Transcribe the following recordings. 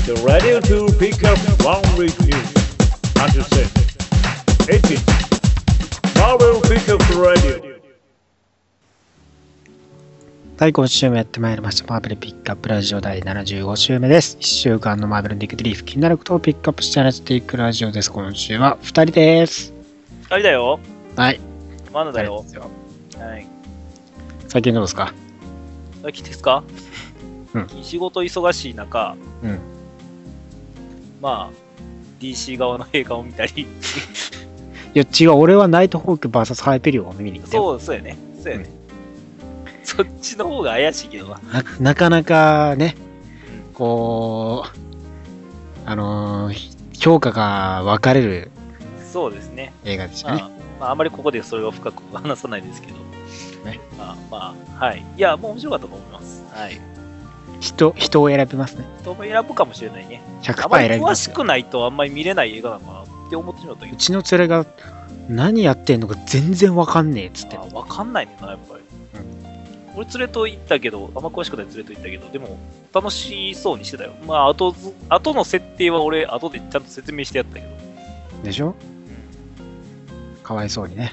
You're ready to pick up one week news. Understand? 18. Marvel Pickup Radio. 第5週目やってまいりました。マーベルピックアップラジオ第75週目です。1週間のマーベルディグリーフ気になることをピックアップして話していくラジオです。今週は2人です。 2人だよ。 はい。 まだだよ。はい。 最近どうですか？ 最近ですか？ うん。 仕事忙しい中、 うん。 まあ、DC 側の映画を見たり。いや、違う。俺はナイトホーク VS ハイペリオンを見に行ったよ。 そうやね。そうやね。そっちの方が怪しいけどな。 なかなかね、こう、評価が分かれるそうですね。 映画でしたね。 あまりここでそれを深く話さないですけど。 ね。 はい。いや、もう面白かったと思います。はい。 人を選びますね。 人も選ぶかもしれないね。 100% あまり選びますよ。 詳しくないとあんまり見れない映画なのかなって思ってしまったけど。 うちの連れが何やってんのか全然分かんねえっつって。 分かんないねんな、やっぱり。俺連れと行ったけど、あんま詳しくない連れと行ったけど、でも楽しそうにしてたよ。まあ、後の設定は俺、後でちゃんと説明してやったけど。 でしょ？かわいそうにね。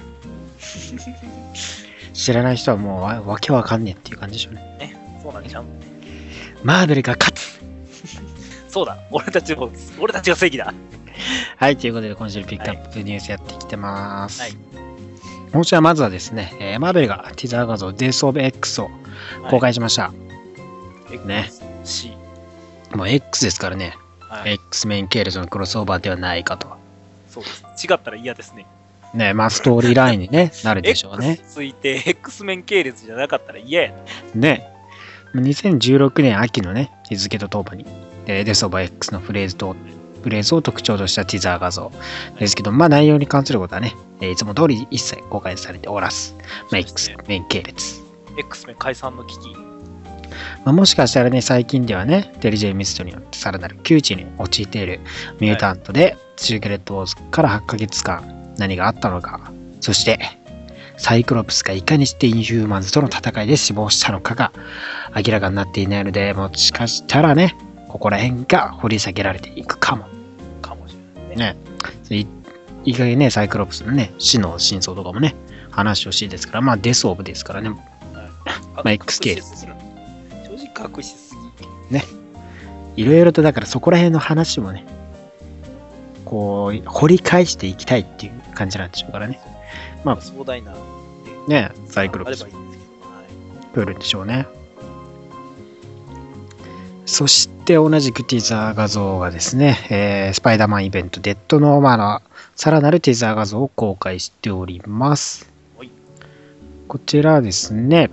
知らない人はもうわけわかんねえっていう感じでしょうね。 ね、そうなんちゃう？ マーベルが勝つそうだ、俺たちが正義だ。 はい、ということで今週ピックアップニュースやってきてます。 はい。 今週はまずはですね、マーベルがティザー画像 Death of X を公開しました。はい、ね。もう X ですからね。はい、X メイン系列のクロスオーバーではないかと。 そうです。違ったら嫌ですね。 ね、まあストーリーラインに、ね、なるでしょうね。 X ついて X メン系列じゃなかったら嫌や。 ね。2016年秋のね、日付とともに、デスオブ X のフレーズを特徴としたティザー画像ですけど、まあ内容に関することはね、いつも通り一切公開されておらず、まあ、X メン系列。 X メン解散の危機。 まあ、もしかしたらね、最近ではね、デリジェイミストによってさらなる窮地に陥っているミュータントで、シークレットウォーズから8ヶ月間何があったのか、そしてサイクロプスがいかにしてインヒューマンズとの戦いで死亡したのかが明らかになっていないので、もしかしたらね、ここら辺が掘り下げられていくかもしれないね。いい加減ね、サイクロプスのね、死の真相とかもね、話してほしいですから、まあデスオブですからね。まあ X 系列。 正直隠しすぎ。 ね。いろいろとだからそこら辺の話もね、こう、掘り返していきたいっていう感じなんでしょうからね。まあ、 壮大な。 ね、サイクロプス。来るんでしょうね。そして同じくティザー画像がですね、スパイダーマンイベントデッドノーマーのさらなるティザー画像を公開しております。こちらですね、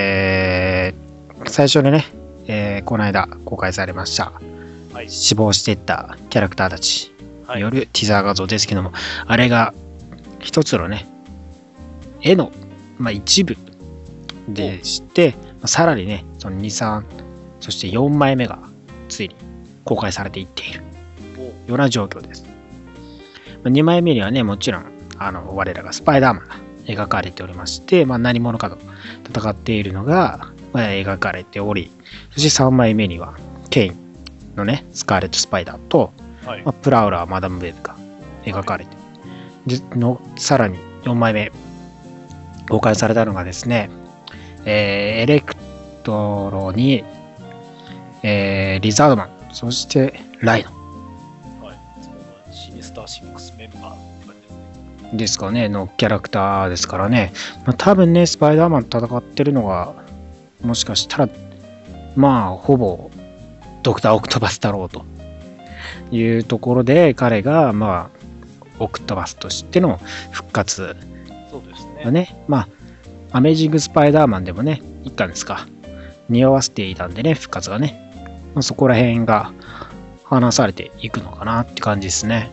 最初にね、この間公開されました、はい、死亡していったキャラクターたちによるティザー画像ですけども、あれが一つのね、絵の、まあ、一部でして、さらにね、その2、3、そして4枚目がついに公開されていっているような状況です。2枚目にはね、もちろん我らがスパイダーマンが描かれておりまして、まあ、何者かと戦っているのが、描かれており、そして3枚目にはケインのね、スカーレット・スパイダーと、はい、プラウラー・マダム・ウェブが描かれて、さらに4枚目公開されたのがですね、エレクトロに、リザードマン、そしてライノ。 はい、シニスター6メンバーですかね、のキャラクターですからね。まあ、多分ね、スパイダーマンと戦ってるのが、もしかしたら、まあ、ほぼドクター・オクトバスだろうというところで、彼が、まあ、オクトバスとしての復活がね、まあ、アメージング・スパイダーマンでもね、一巻ですか、匂わせていたんでね、復活がね、まあ、そこら辺が話されていくのかなって感じですね。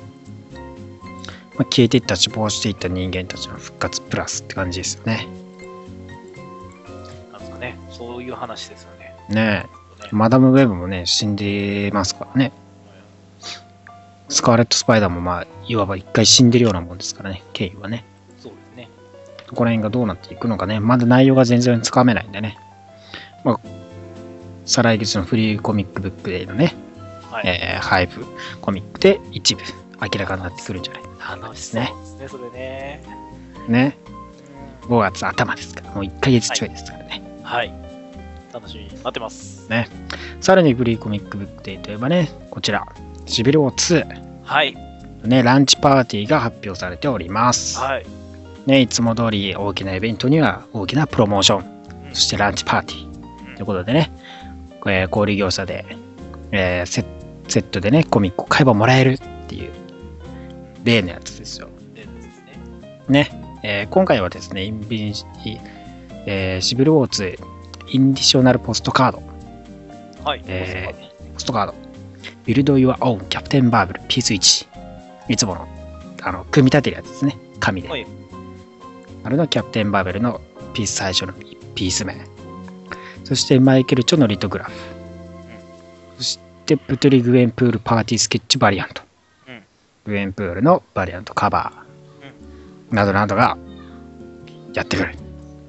まあ、消えていった死亡していった人間たちの復活プラスって感じですよね。 なんですかね、そういう話ですよね。 ねえ、マダム・ウェブもね、死んでますからね。スカーレット・スパイダーもまあ、いわば一回死んでるようなもんですからね、ケイはね。 そうですね。 ここら辺がどうなっていくのかね、まだ内容が全然つかめないんでね。まあ、再来月のフリーコミックブックでのね、 ハイブコミックで一部明らかになってくるんじゃないかな。 楽しそうですね、それね。 ね。5月頭ですから、もう1ヶ月ちょいですからね。 はい。楽しみに待ってます。 ね。さらにフリーコミックブックデーといえばね、こちら、シビル王2。 はい。 ね、ランチパーティーが発表されております。 はい。 ね、いつも通り大きなイベントには大きなプロモーション、そしてランチパーティー。ということでね、小売業者で、セットでね、コミックを買えばもらえるっていう、例のやつですよ。 例のやつですね。 ね、今回はですね、シビルウォー2インディショナルポストカード。 はい。 ポストカード。ビルド・ユア・オン・キャプテン・バーブルピース1。いつもの、組み立てるやつですね。紙で。 はい。 あれのキャプテン・バーベルのピース最初のピース名。そしてマイケル・チョのリトグラフ。そしてプトリ・グエンプール・パーティー・スケッチ・バリアント。グエンプールのバリアントカバー。などなどがやってくる。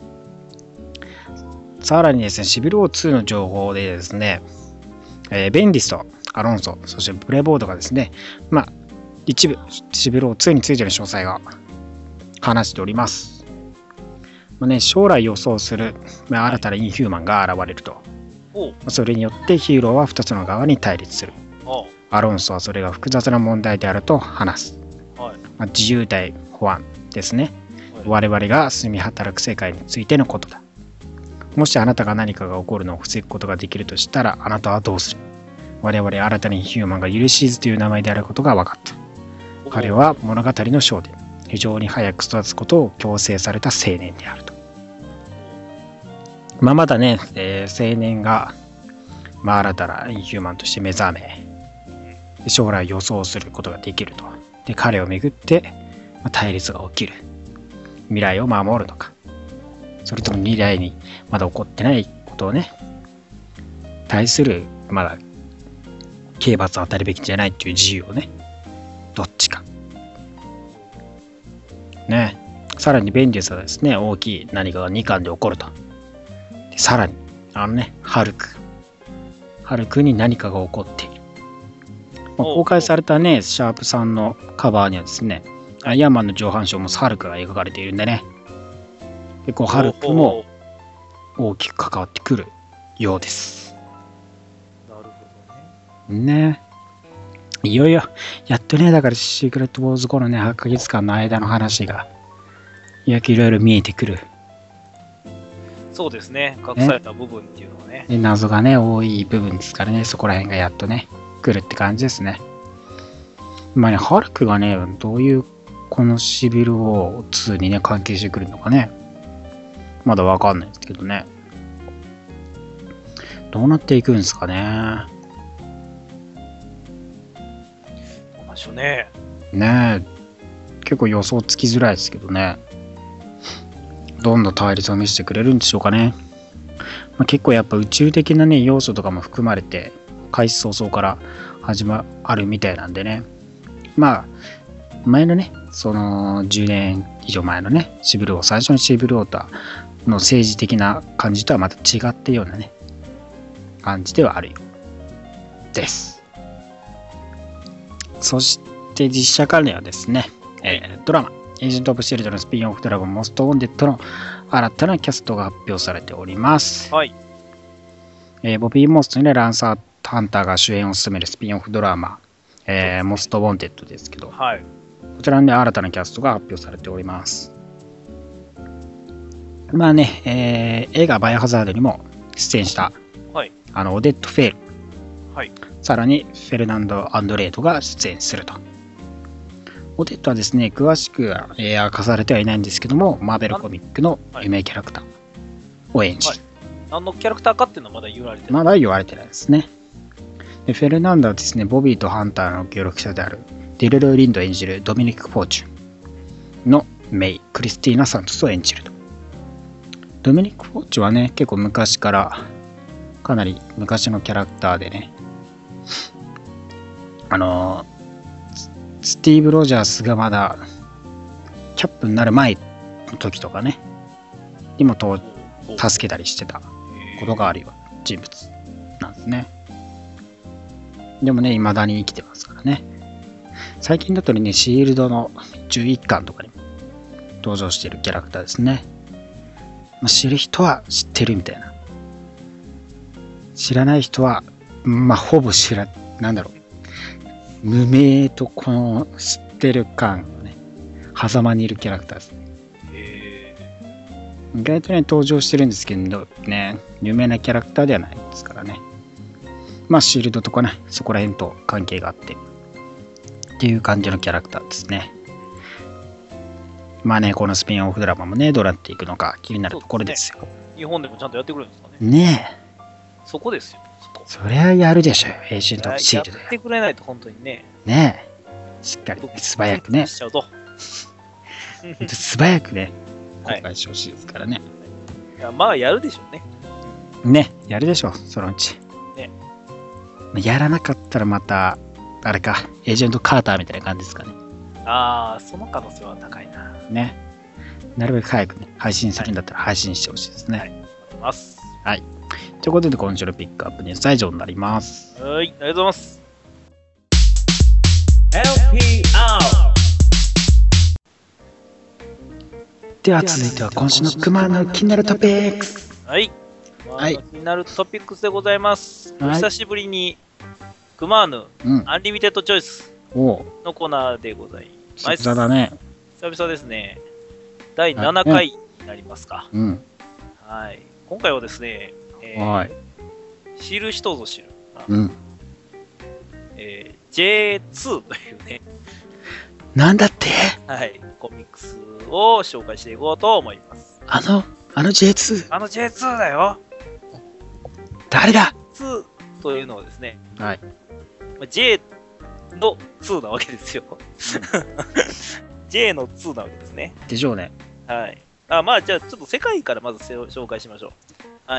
さらにですね、シビル王2の情報でですね、ベンディスとアロンソ、そしてブレボードがですね、一部シビル王2についての詳細が話しております。将来予想する、新たなインヒューマンが現れると。それによってヒーローは2つの側に対立する。アロンソはそれが複雑な問題であると話す。自由対保安ですね。我々が住み働く世界についてのことだ。もしあなたが何かが起こるのを防ぐことができるとしたら、あなたはどうする？我々新たにヒューマンがユリシーズという名前であることが分かった。彼は物語の焦点。非常に早く育つことを強制された青年であると。まだね、青年が、新たなインヒューマンとして目覚め、将来予想することができると。で、彼をめぐって、対立が起きる。未来を守るのか。それとも未来にまだ起こってないことをね、対する、まだ、刑罰を与えるべきじゃないっていう自由をね、どっちか。ね。さらにベンディスはですね、大きい何かが2巻で起こると。でさらに、ハルクに何かが起こっている。公開されたね、シャープさんのカバーにはですね、アイアンマンの上半身もハルクが描かれているんでね、結構ハルクも大きく関わってくるようです。 なるほどね。 ね。いよいよ、やっとね、だからシークレットウォーズ後のね、8ヶ月間の間の話が、いろいろ見えてくる。 そうですね、隠された部分っていうのはね。 謎がね、多い部分ですからね、そこら辺がやっとね、来るって感じですね。ハルクがね、どういうこのシビルを2にね、関係してくるのかね、まだわかんないですけどね。どうなっていくんですかね。 どうでしょうね。 ねえ、結構予想つきづらいですけどね。どんな対立を見せてくれるんでしょうかね。結構やっぱ宇宙的なね、要素とかも含まれて、開始早々からあるみたいなんでね。前のね、その10年以上前のね、最初のシビル王との政治的な感じとはまた違ったようなね、感じではあるようです。そして実写関連はですね、ドラマ、エージェント・オブ・シールドのスピンオフドラゴンモスト・ウォンデッドの新たなキャストが発表されております。 はい。 ボビー・モスとね、ランサー・ハンターが主演を務めるスピンオフドラマ、モスト・ウォンデッドですけど、 はい、 こちらで新たなキャストが発表されております。映画バイオハザードにも出演した、 はい、 オデット・フェール、 はい、 さらにフェルナンド・アンドレートが出演すると。オデットはですね、詳しくは明かされてはいないんですけども、マーベルコミックの有名キャラクターを演じる。 何のキャラクターかっていうのはまだ言われてない。 まだ言われてないですね。でフェルナンドはですね、ボビーとハンターの協力者であるディルル・リンド演じるドミニク・フォーチュンのメイ、クリスティーナ・サントスを演じると。ドミニク・フォーチュンはね、結構昔から、かなり昔のキャラクターでね、スティーブ・ロジャースがまだキャップになる前の時とかね、にも助けたりしてたことがあるような人物なんですね。 でもね、未だに生きてますからね。最近だとね、シールドの11巻とかにも登場しているキャラクターですね。まあ、知る人は知ってるみたいな。知らない人は、まあ、ほぼなんだろう。無名とこの知ってる感のね、狭間にいるキャラクターですね。意外とね、登場してるんですけどね、有名なキャラクターではないですからね。まあ、シールドとかね、そこら辺と関係があって、っていう感じのキャラクターですね。まあね、このスピンオフドラマもね、どうなっていくのか気になるところですよ。 日本でもちゃんとやってくれるんですかね。 ねえ。 そこですよ。 そりゃやるでしょ、エージェントシールドやってくれないと本当にね。 ねえ。しっかり素早くね。素早くね、公開してほしいですからね。 いや、まあやるでしょうね。 ね、やるでしょう、そのうち。 ね。 やらなかったらまた、あれか、エージェントカーターみたいな感じですかね。 ああ、その可能性は高いな。 ね。なるべく早くね、配信するんだったら配信してほしいですね。はい。はい。ということで、今週のピックアップニュースは以上になります。 はい、ありがとうございます。 LPR。 では続いては今週のクマの気になるトピックス。 はい。はい、気になるトピックスでございます。はい、久しぶりにクマーヌ、アンリミテッドチョイスのコーナーでございます。 久々だね。 久々ですね。第7回になりますか。はい。今回はですね、知る人ぞ知る、J2 というね、 なんだって、 はい、コミックスを紹介していこうと思います。 あの J2？ あの J2 だよ。 誰だ？ J2 というのはですね、 はい、 J の2なわけですよ。J の2なわけですね。 でしょうね。 はい。まあ、じゃあ、ちょっと世界からまず紹介しましょう。はい。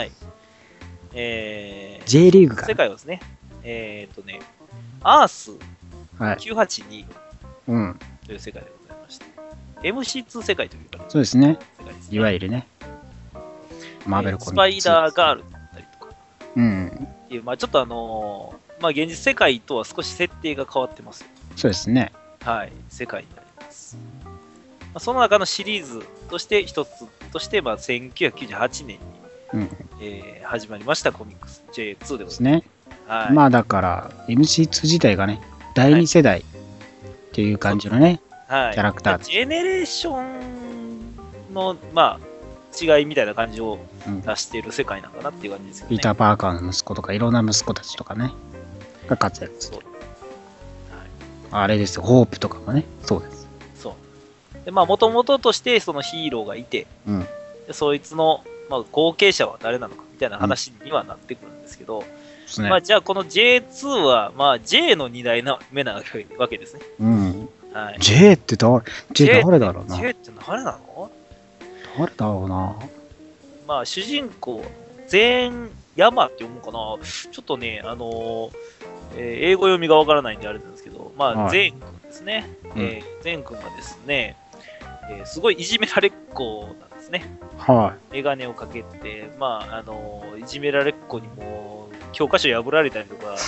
J リーグか。 世界はですね、アース982という世界でございまして、MC2 世界というか、 そうですね。いわゆるね、マーベルコミックス、 スパイダーガールだったりとか、っていう、まあちょっとまあ現実世界とは少し設定が変わってます。 そうですね。 はい、世界になります。その中のシリーズとして一つとして、まあ、1998年に、始まりましたコミックス J2 でございますね。はい、まあだから MC2 自体がね、第2世代っていう感じのね、 はい、 キャラクター。 ジェネレーションの、まあ、違いみたいな感じを出している世界なのかなっていう感じですよね。 ピーター・パーカーの息子とかいろんな息子たちとかね、が活躍する。あれですよ、ホープとかもね、そうです。 でまあ、もともととしてそのヒーローがいて、でそいつの、まあ、後継者は誰なのかみたいな話にはなってくるんですけど、まあ、じゃあこの J2 は、まあ、J の2代目なわけですね。 はい、J って誰だろうな。 J って誰なの？ 誰だろうな。 まあ、主人公、全山って読むかな。ちょっとね、英語読みがわからないんであれなんですけど、まあ、全君ですね。全君がですね、すごいいじめられっ子なんですね。 はい。 メガネをかけて、まあ、いじめられっ子にも教科書破られたりとか、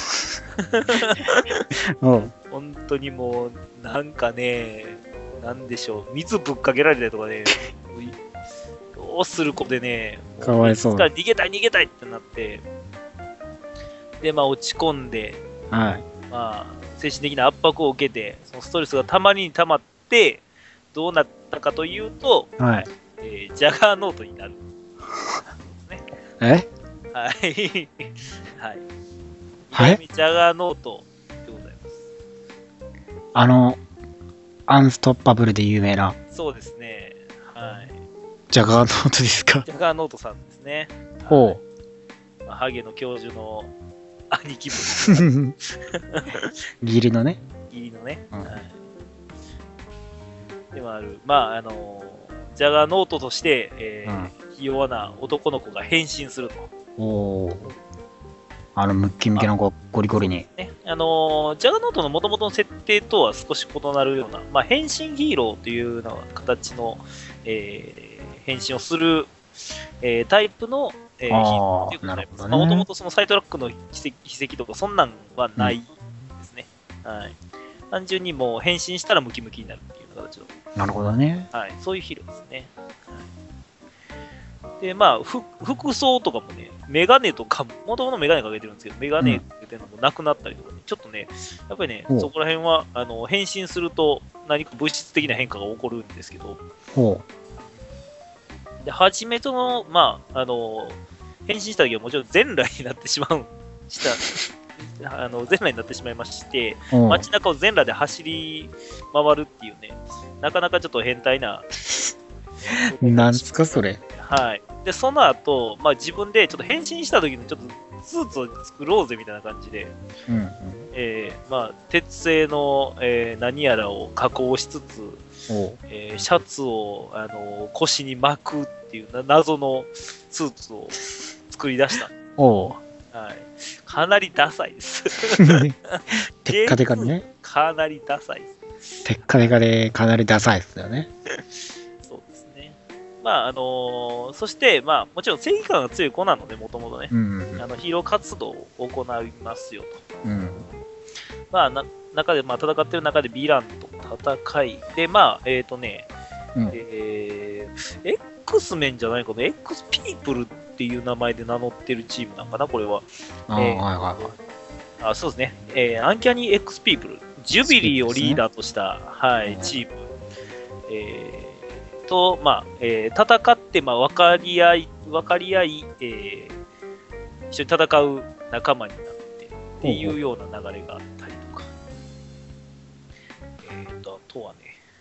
本当にもう、なんかね、なんでしょう、水ぶっかけられたりとかね、どうする子でね、 かわいそう。 から逃げたいってなって、で、まあ、落ち込んで、 はい。 まあ、精神的な圧迫を受けて、そのストレスがたまりにたまって、どうなったかというと、 はい。 ジャガーノートになる。 ね、 はい。はい。 はい。 ジャガーノートでございます。 アンストッパブルで有名な。 そうですね。はい。 ジャガーノートですか？ ジャガーノートさんですね。 ほう。まあ、ハゲの教授の兄貴分。 義理のね。 義理のね。はい。でもある、まあ、ジャガーノートとして、ひ弱な男の子が変身すると。 ムッキムキのゴリゴリに。 ね、ジャガーノートの元々の設定とは少し異なるような、まあ、変身ヒーローというような形の、変身をする、タイプの、ヒーローということになります。もともとそのサイドラックの秘跡とか、そんなんはないはい。単純にもう変身したらムキムキになるっていう形の。 なるほどね。 はい。そういうヒーローですね。はい、で、まあ、服装とかもね、メガネとかも、もともとメガネかけてるんですけど、メガネかけてるのもなくなったりとかね、ちょっとね、やっぱりね、そこら辺は、変身すると何か物質的な変化が起こるんですけど、で、初めとの、まあ、変身した時はもちろん全裸になってしまう、全裸になってしまいまして、街中を全裸で走り回るっていうね、なかなかちょっと変態な。 なんすか、それ。 はい。で、その後、まあ自分でちょっと変身した時にちょっとスーツを作ろうぜみたいな感じで、まあ、鉄製の、何やらを加工しつつ、シャツを腰に巻くっていう謎のスーツを作り出した。はい、かなりダサいです。 テッカテカでね。 かなりダサいです。 テッカテカでかなりダサいですよね。 そうですね。まあ、そして、まあ、もちろん正義感が強い子なので、もともとね、ヒーロー活動を行いますよと。まあ、中で、まあ、戦ってる中でヴィランと戦い、で、まあ、X メンじゃないかな、X ピープルっていう名前で名乗ってるチームなんかな、これは。そうですね、アンキャニー X ピープル、ジュビリーをリーダーとした、はい、チーム。まあ、戦って、まあ、分かり合い、一緒に戦う仲間になってっていうような流れがあったりとか。あとはね、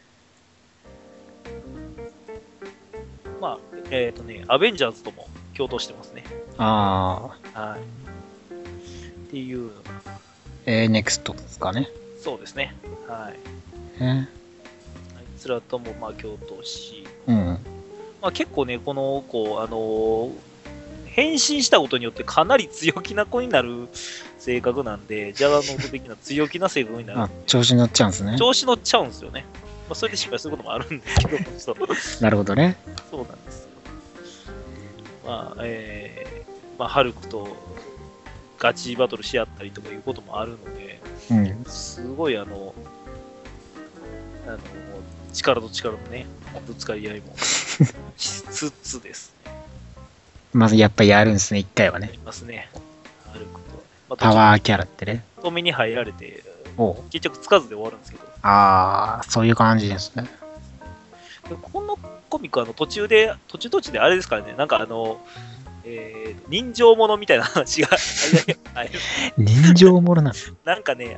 まあ、アベンジャーズとも共闘してますね。はい。っていう。 ネクストですかね。 そうですね。はい。あいつらともまあ共闘し、まあ結構ね、この子、変身したことによってかなり強気な子になる性格なんで、ジャガーノート的な強気な性格になる。 調子乗っちゃうんですね。 調子乗っちゃうんですよね。まあ、それで失敗することもあるんですけど、 なるほどね。 そうなんですよ。まあ、ハルクとガチバトルし合ったりとかいうこともあるので、すごい力と力のね、ぶつかり合いもしつつですね。 まずやっぱりやるんですね、一回はね。 やりますね。ハルクと。 まあ、パワーキャラってね。 止めに入られて、結局つかずで終わるんですけど。 そういう感じですね。 このコミック途中であれですからね、なんか人情ものみたいな話が人情ものなのなんかね、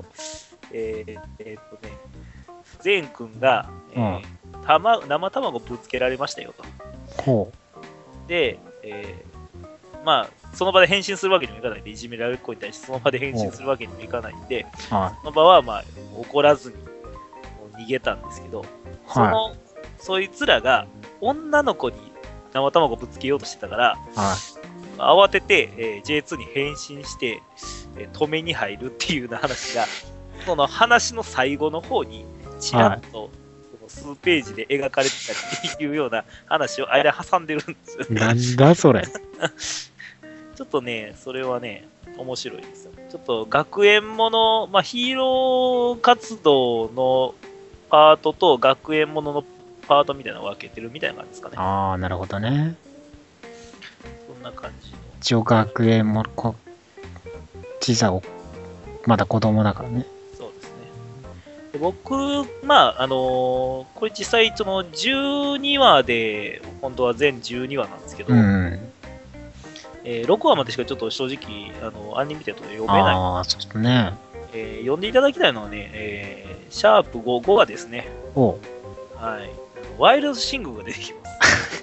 ゼン君が、生卵ぶつけられましたよと。で、まあ、その場で変身するわけにもいかないんで、いじめられる子に対してその場で変身するわけにもいかないんで、その場はまあ怒らずに逃げたんですけど、そいつらが女の子に生卵ぶつけようとしてたから、慌てて、J2 に変身して、止めに入るっていうような話が、その話の最後の方にちらっと、数ページで描かれてたりっていうような話を間挟んでるんですよ、ね。 なんだそれ。 ちょっとね、それはね、面白いですよ。ちょっと学園もの、まあヒーロー活動のパートと学園もののパートみたいなのを分けてるみたいな感じですかね。 なるほどね。 そんな感じの。 一応学園も小さいまだ子供だからね。 で僕、まあ、これ実際、その12話で、本当は全12話なんですけど、6話までしかちょっと正直、アニメテッドで読めない。 そうですね。 読んでいただきたいのはね、シャープ5話ですね。はい。ワイルドシングが出てきます。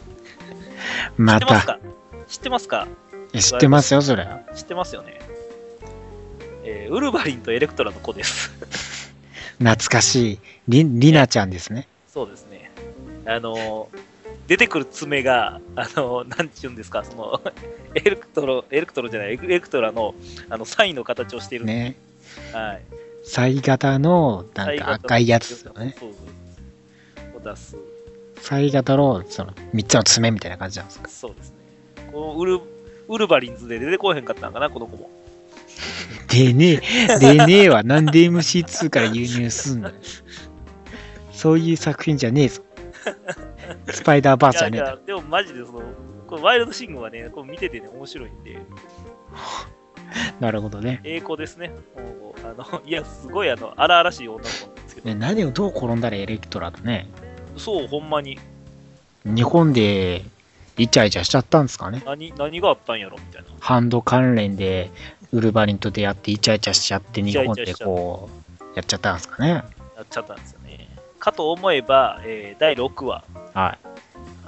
また。 知ってますか？ 知ってますよ、それ。 知ってますよね。ウルヴァリンとエレクトラの子です。 懐かしい。リナちゃんですね。 そうですね。出てくる爪が、なんて言うんですか、その、エレクトラの、サインの形をしているね。 はい。 サイ型の、なんか赤いやつですよね。 そうを出す。 サイ型の、その、3つの爪みたいな感じなんですか。 そうですね。このウルヴァリンズで出てこへんかったんかな、この子も。 でねえはなんで MC2 から輸入すんのよ。そういう作品じゃねえぞ。スパイダーバースじゃねえだろ。 でもマジでこれワイルドシングはね、これ見ててね、面白いんで。 なるほどね。 栄光ですね。いや、すごい荒々しい女の子なんですけど。 何をどう転んだらエレクトラとね。 そう、ほんまに。 日本でイチャイチャしちゃったんですかね。 何があったんやろみたいな。 ハンド関連でウルヴァリンと出会ってイチャイチャしちゃって日本でこうやっちゃったんですかね。 やっちゃったんですよね。かと思えば、第6話。 はい。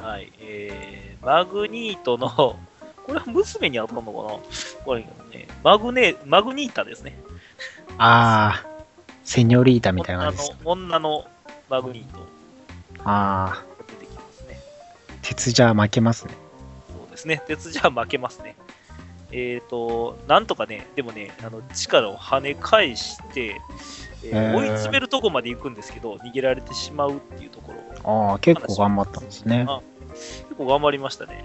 はい。マグニートの、これは娘に当たるのかなこれね、マグニータですね。 ああ、セニョリータみたいな感じですか。 女のマグニート。 ああ。 出てきますね。 鉄じゃ負けますね。 そうですね。鉄じゃ負けますね。なんとかね、でもね、力を跳ね返して、追い詰めるとこまで行くんですけど、逃げられてしまうっていうところ。 ああ、結構頑張ったんですね。 結構頑張りましたね。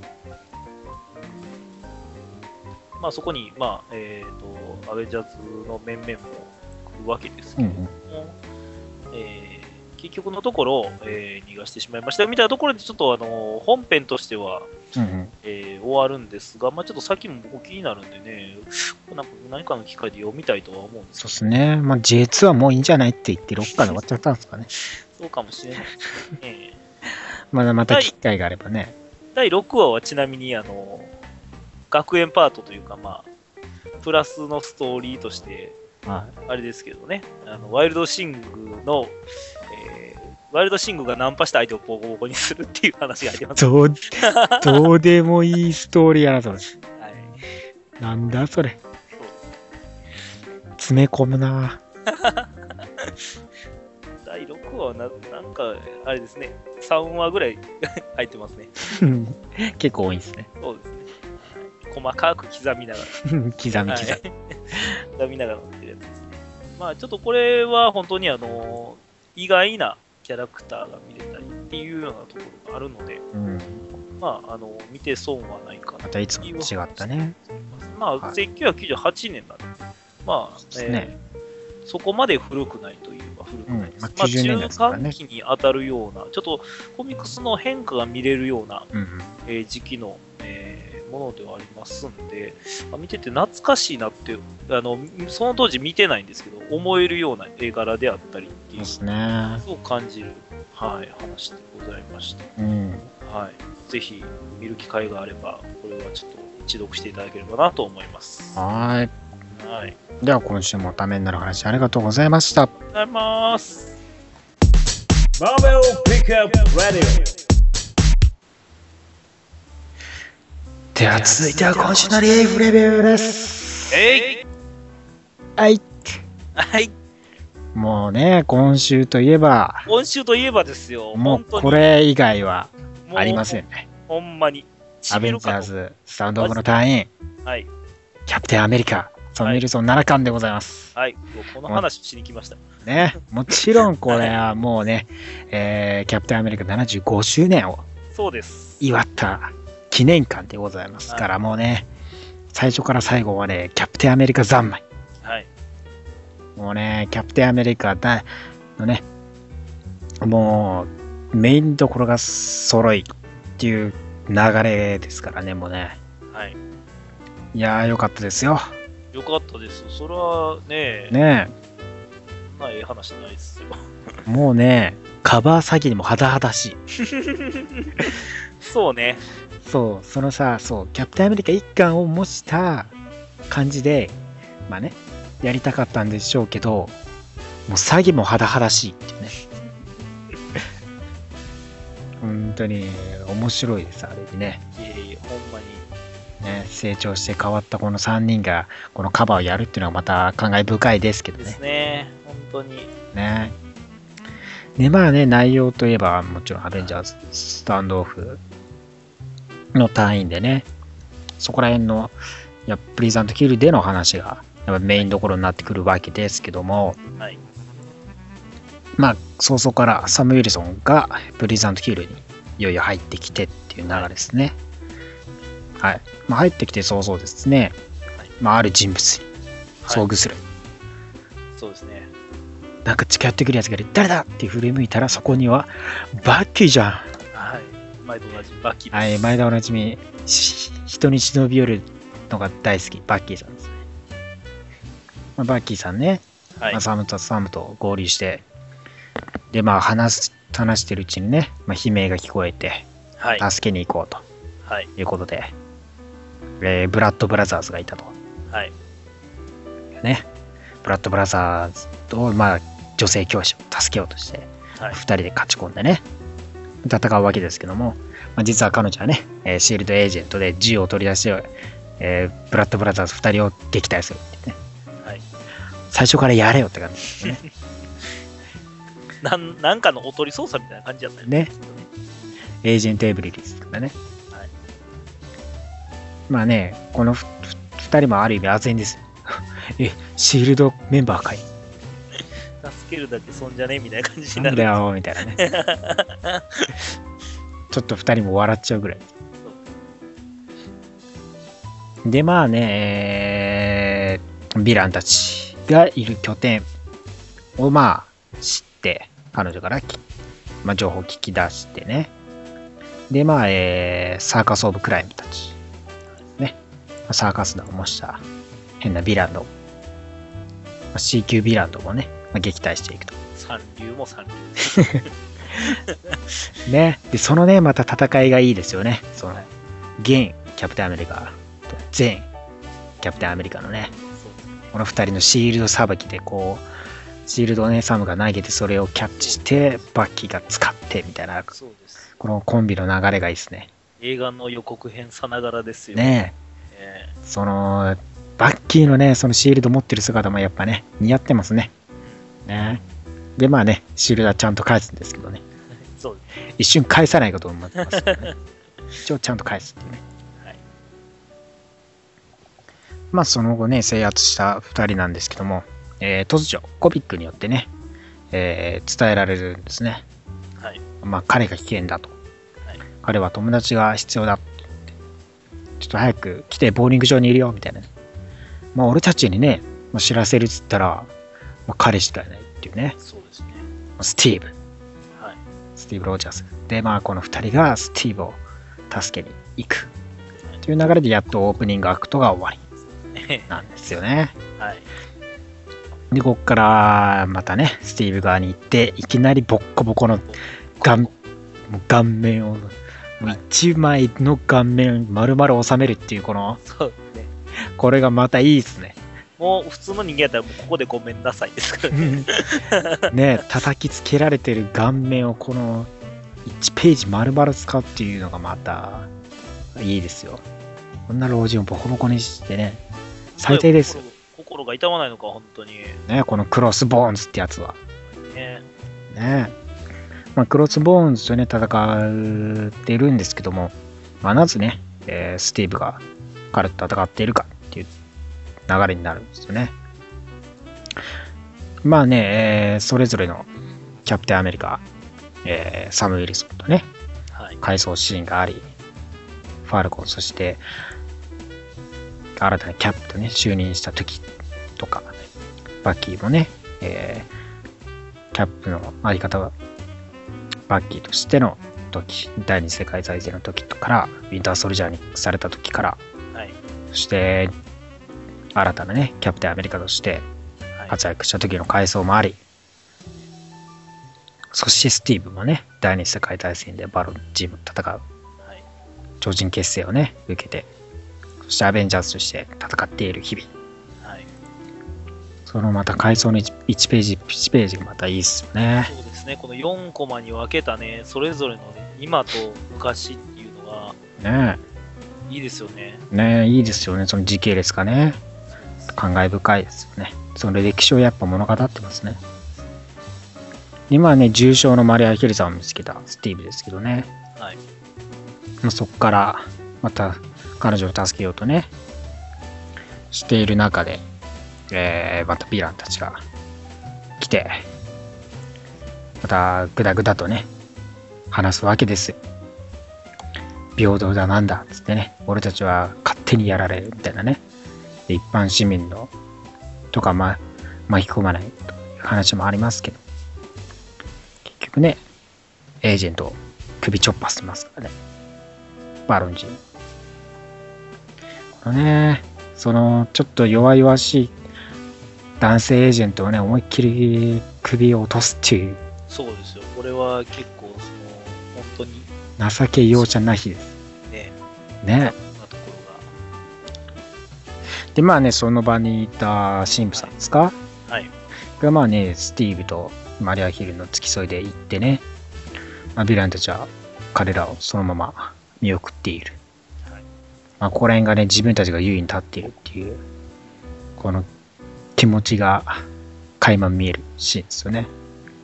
まあそこに、まあ、アベンジャーズの面々も来るわけですけども、結局のところ、逃がしてしまいましたみたいなところで、ちょっと本編としては、終わるんですが、まあちょっと先も僕気になるんでね、何かの機会で読みたいとは思うんですけど。 そうですね。まあ J2 はもういいんじゃないって言って6巻で終わっちゃったんですかね。 そうかもしれないですね。 また機会があればね。 第6話はちなみに学園パートというか、まあ、プラスのストーリーとして、あれですけどね、ワイルドシングがナンパした相手をボコボコにするっていう話が入ってます。 どうでもいいストーリーやな、それ。はい、なんだそれ。詰め込むな。 第6話はなんか、あれですね、3話ぐらい入ってますね。 結構多いですね。 そうですね。細かく刻みながら。刻みながら乗ってるやつですね。まあちょっとこれは本当に意外なキャラクターが見れたりっていうようなところがあるので、まあ見て損はないかな。 またいつも違ったね。 まあ1998年なんで、まあ、そこまで古くないといえば古くないです。まあ中間期に当たるような、ちょっとコミックスの変化が見れるような時期のものではありますんで、見てて懐かしいなって、その当時見てないんですけど、思えるような絵柄であったりっていう、そう感じる、はい、話でございました。はい、ぜひ見る機会があれば、これはちょっと一読していただければなと思います。 はい。では今週もためになる話ありがとうございました。 ありがとうございます。 Marvel Pickup Radio。 では続いては今週のリーフレビューです。はい。もうね、今週といえばですよ。 もうこれ以外はありませんね。 ほんまに。 アベンジャーズ、スタンドオフの隊員、キャプテンアメリカ、ソン・ウィルソン7巻でございます。 はい、この話しに来ました。 ね、もちろんこれはもうね、キャプテンアメリカ75周年を祝った記念館でございますから、もうね、最初から最後までキャプテンアメリカ三昧。もうね、キャプテンアメリカのね、もうメインどころが揃いっていう流れですからね、もうね。いやー、よかったですよ。 よかったです。それはね、いい話ないですよ。 もうね、カバー詐欺にも甚だしい。 そうね。 そう、そのさ、そう、キャプテンアメリカ一巻を模した感じで、まあね、やりたかったんでしょうけど、もう詐欺も甚だしいっていうね。本当に面白いです、あれにね。 ほんまに。 ね、成長して変わったこの3人がこのカバーをやるっていうのはまた感慨深いですけどね。 ですね、本当に。 ね。で、まあね、内容といえばもちろんアベンジャーズスタンドオフの隊員でね、そこら辺のプリザントキルでの話がやっぱメインどころになってくるわけですけども、まあ早々からサム・ウィルソンがプリザントキルにいよいよ入ってきてっていう流れですね。はい。まあ、入ってきて早々ですね、まあ、ある人物に遭遇する。 そうですね。 なんか近寄ってくるやつがいる。誰だって振り向いたら、そこにはバッキーじゃん。 はい。毎度同じバッキーです。 はい、前田おなじみ、人に忍び寄るのが大好き、バッキーさんですね。バッキーさんね、 はい。 サムと合流して、で、話してるうちにね、悲鳴が聞こえて、 はい。 助けに行こうとはい。 いうことで、ブラッドブラザーズがいたと。 はい。 ね。ブラッドブラザーズと、女性教師を助けようとして、 はい。 2人で勝ち込んでね、戦うわけですけども、実は彼女はね、シールドエージェントで銃を取り出して、ブラッドブラザーズ2人を撃退するってね。 はい。 最初からやれよって感じですね。 なんかのおとり操作みたいな感じだったよね。エージェントエブリリスとかね。 はい。 この2人もある意味唖然ですよ。シールドメンバーかい。 助けるだけそんじゃねえみたいな感じにななんる。 だよみたいなね。ちょっと2人も笑っちゃうぐらい。で、ヴィランたちがいる拠点を知って、彼女から情報を聞き出してね。で、サーカス・オブ・クライムたち。ね。サーカス団を模した変なヴィランド。C 級ヴィランドもね、撃退していくと。 三流も三流ね。で、そのね、また戦いがいいですよね。その、現キャプテンアメリカと前キャプテンアメリカのね、この2人のシールドさばきでシールドをね、サムが投げてそれをキャッチして、バッキーが使ってみたいな、 そうです。 このコンビの流れがいいですね。 映画の予告編さながらですよね。その、バッキーのね、そのシールド持ってる姿もやっぱね、似合ってますね。ね。で、シールドはちゃんと返すんですけどね。 そう一瞬返さないかと思ってますけどね。一応ちゃんと返すっていうね。はい。その後ね、制圧した2人なんですけども、突如、コビックによってね、伝えられるんですね。 はい。 彼が危険だと。 はい、 彼は友達が必要だって言って、ちょっと早く来てボーリング場にいるよみたいな。俺たちにね、知らせるっつったら、彼しかいないっていうね。 そうですね。 スティーブ。 はい。 スティーブ・ロージャース。で、この2人がスティーブを助けに行く。という流れでやっとオープニングアクトが終わり。なんですよね。 はい。 で、こっからまたね、スティーブ側に行って、いきなりボッコボコの顔面を、一枚の顔面丸々収めるっていうそうですね。これがまたいいですね。 もう普通の人間やったらもうここでごめんなさいですからね。 ね、叩きつけられてる顔面をこの1ページ丸々使うっていうのがまたいいですよ。こんな老人をボコボコにしてね、最低です。 心が痛まないのか、本当に。 ね、このクロスボーンズってやつは。 ね。 クロスボーンズとね、戦ってるんですけども、なぜね、スティーブが彼と戦っているかっていう流れになるんですよね。それぞれのキャプテンアメリカ、サム・ウィルソンとね、回想シーンがあり、ファルコン、そして新たなキャップとね、就任した時とか、バッキーもね、キャップのあり方は、バッキーとしての時、第二次世界大戦の時から、ウィンターソルジャーにされた時から、そして新たなね、キャプテンアメリカとして活躍した時の回想もあり、そしてスティーブもね、第二次世界大戦でバロンチームと戦う、超人結成をね、受けて、そしてアベンジャーズとして戦っている日々。そのまた回想の1ページがまたいいっすよね。 そうですね、この4コマに分けたね、それぞれの、ね、今と昔っていうのが、 ねいいですよね。 いいですよね、その時系列がね。感慨深いですよね。その歴史をやっぱ物語ってますね。今はね、重傷のマリア・ヒルさんを見つけたスティーブですけどね。そこからまた彼女を助けようとね、している中で、またヴィランたちが来て、またグダグダとね、話すわけですよ。平等だなんだっつってね、俺たちは勝手にやられるみたいなね。で、一般市民のとか、巻き込まないという話もありますけど、結局ね、エージェントを首ちょっぱしてますからね。バロンジー。このね、そのちょっと弱々しい男性エージェントをね、思いっきり首を落とすっていう。 そうですよ。これは結構、本当に。 情け容赦なしです。 ね。 ね。 そんなところで、まあね、その場にいた神父さんですか、 はい。 がまあね、スティーブとマリアヒルの付き添いで行ってね、ヴィランたちは彼らをそのまま見送っている。はい、ここら辺がね、自分たちが優位に立っているっていう、この気持ちが垣間見えるシーンですよね。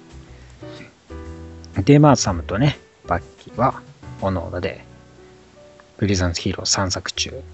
で、サムとね、バッキーは、おのおので、プリザンズヒーロー散策中。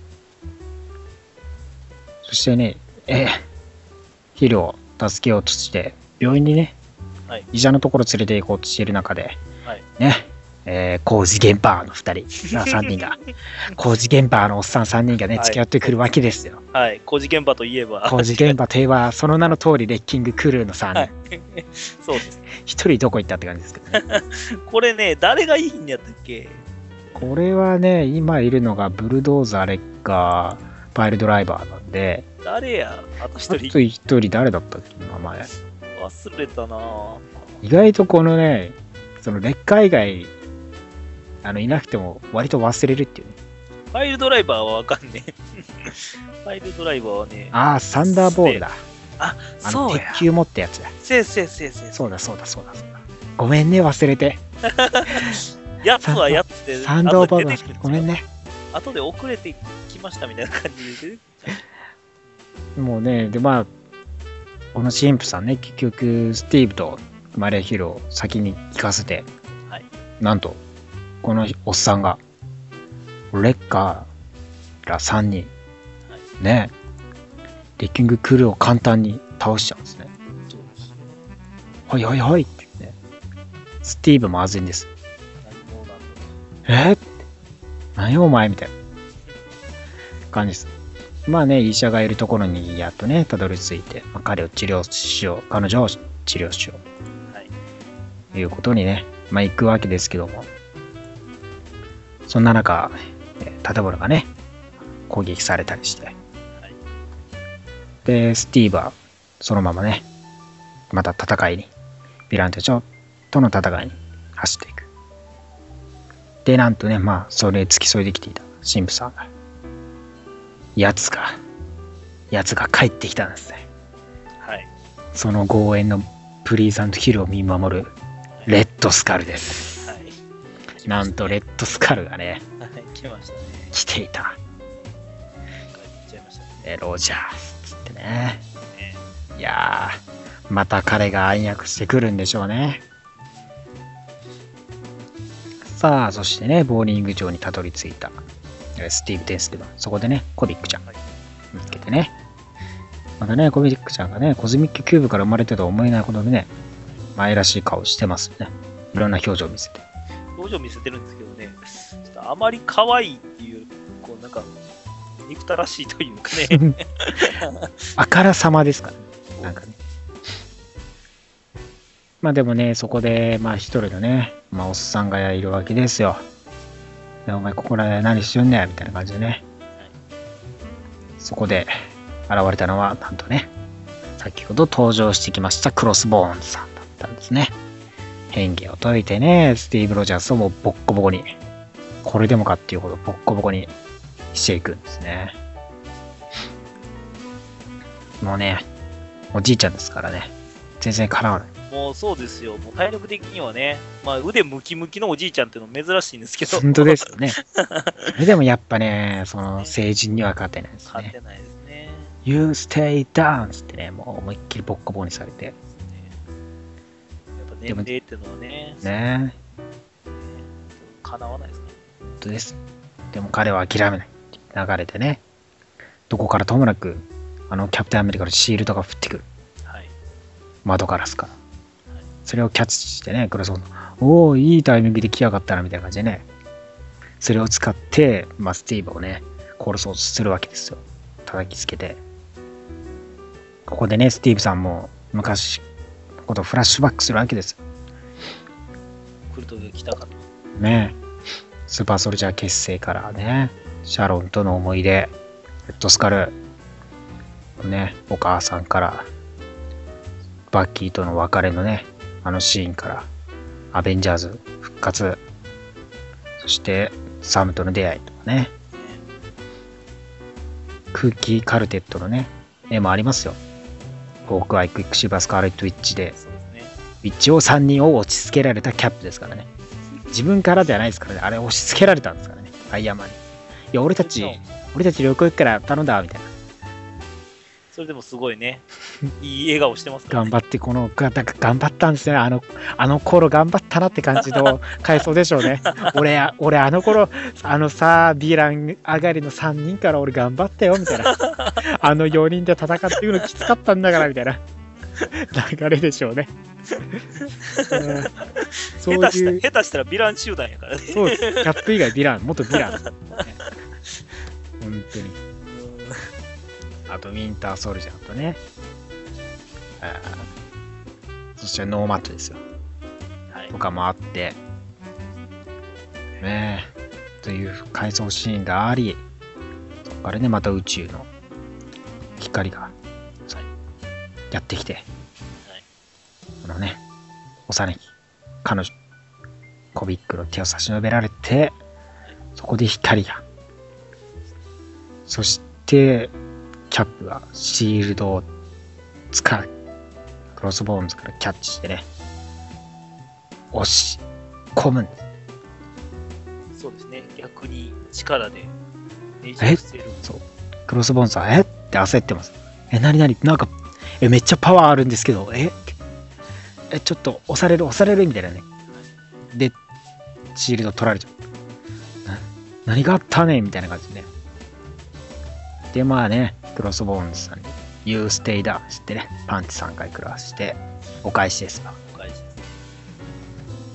そしてね、ヒーローを助けようとして、病院にね、はい、医者のところ連れて行こうとしている中で、はい、ね、工事現場の2人、3人が、工事現場のおっさん3人がね、付き合ってくるわけですよ。 はい、工事現場といえば。 工事現場といえば、その名の通り、レッキングクルーの3人。はい、 そうです。 一人どこ行ったって感じですけどね。 これね、誰がいいんやったっけ？ これはね、今いるのが、ブルドーザー、レッカー、パイルドライバーなんで。 誰や？あと一人。 あと一人誰だったっけ、名前。 忘れたな。 意外とこのね、そのレッカー以外、いなくても割と忘れるっていうね。 ファイルドライバーはわかんねえ。ファイルドライバーはね。 サンダーボールだ。 そうや。 鉄球持ったやつだ。 そうだ。 ごめんね、忘れて。 やつはやつで。 サンダーボールだ。ごめんね。 後で遅れてきましたみたいな感じで。 もうね、で、この神父さんね、結局、スティーブとマリアヒルを先に行かせて、はい、なんと、このおっさんが、レッカーら3人、はい、ね、レッキングクルーを簡単に倒しちゃうんですね。そうです。はいってね。スティーブもあずいんです。何よお前みたいな感じです。医者がいるところにやっとね、たどり着いて、彼を治療しよう、彼女を治療しよう。はい。いうことにね、行くわけですけども、そんな中、建物がね、攻撃されたりして、はい、で、スティーブはそのままね、また戦いに、ヴィランたちとの戦いに走っていく。で、なんとね、それ付き添いできていた神父さんが、やつが帰ってきたんですね。はい。その豪縁のプリーザントヒルを見守るレッドスカルです。はい。なんとレッドスカルがね、 来ましたね。 来ていた。ロジャースってね。いやー、また彼が暗躍してくるんでしょうね。さあ、そしてね、ボーリング場にたどり着いたスティーブ・デンスでは、そこでね、コビックちゃん見つけてね。またね、コビックちゃんがね、コズミックキューブから生まれたとは思えないほどでね、愛らしい顔してますよね。いろんな表情を見せて。 表情見せてるんですけどね、ちょっとあまり可愛いっていう、なんか、憎たらしいというかね。 あからさまですからね。なんかね。でもね、そこで、一人のね、おっさんがいるわけですよ。で、お前ここら何しよんねんみたいな感じでね。はい、そこで現れたのは、なんとね、先ほど登場してきましたクロスボーンズさんだったんですね。変化を解いてね、スティーブ・ロジャースをもうボッコボコに、これでもかっていうほどボッコボコにしていくんですね。もうね、おじいちゃんですからね、全然かなわない。 もうそうですよ。もう体力的にはね、腕ムキムキのおじいちゃんっていうの珍しいんですけど。 本当ですよね。それでもやっぱね、その成人には勝てないですね。 勝てないですね。 You stay down ってね、もう思いっきりボッコボコにされて。 やっぱ年齢っていうのはね。 ね。 叶わないですから。 本当です。でも彼は諦めない。流れてね。どこからともなく、キャプテンアメリカのシールドが降ってくる。はい。窓ガラスから。それをキャッチしてね、クロスボーン、おー、いいタイミングで来やがったな、みたいな感じでね。それを使って、スティーブをね、殺そうとするわけですよ。叩きつけて。 ここでね、スティーブさんも昔のことをフラッシュバックするわけですよ。 来る時が来たかと。 ね、スーパーソルジャー結成からね、シャロンとの思い出、レッドスカル、ね、お母さんからバッキーとの別れのね、あのシーンからアベンジャーズ復活、そしてサムとの出会いとかね、クッキーカルテットのね、絵もありますよ。ホークアイ、クイックシルバー、スカーレット・ウィッチで、ウィッチを3人を落ち着けられたキャップですからね。自分からではないですからね。あれ押し付けられたんですからね。アイアンマンに。いや、俺たち旅行行くから頼んだみたいな。 それでもすごいね、いい笑顔してますからね。頑張って、頑張ったんですよね。あの頃頑張ったなって感じの回想でしょうね。俺あの頃、さ、ヴィラン上がりの3人から俺頑張ったよ、みたいな。あの4人で戦っていうのきつかったんだから、みたいな流れでしょうね。 そういう下手したらヴィラン集団やからね。 そうです。キャップ以外ヴィラン、元ヴィランです、ね。本当に。あとウィンターソルジャーとね。そしてノーマットですよ。はい、とかもあって。ねえ。という回想シーンがあり、そこからね、また宇宙の光がやってきて、はい、このね、幼い彼女、コビックの手を差し伸べられて、そこで光が。そして、キャップがシールドを使う。クロスボーンズからキャッチしてね、押し込むんです。 そうですね、逆に力でねじ伏せる。 そう。クロスボーンズは、って焦ってます。何なんか、めっちゃパワーあるんですけど、ちょっと押されるみたいなね。で、シールド取られちゃう。何があったねみたいな感じでね。で、まあね、クロスボーンズさんに You stay down ってね、パンチ3回食らわして、お返しですよ。お返しです。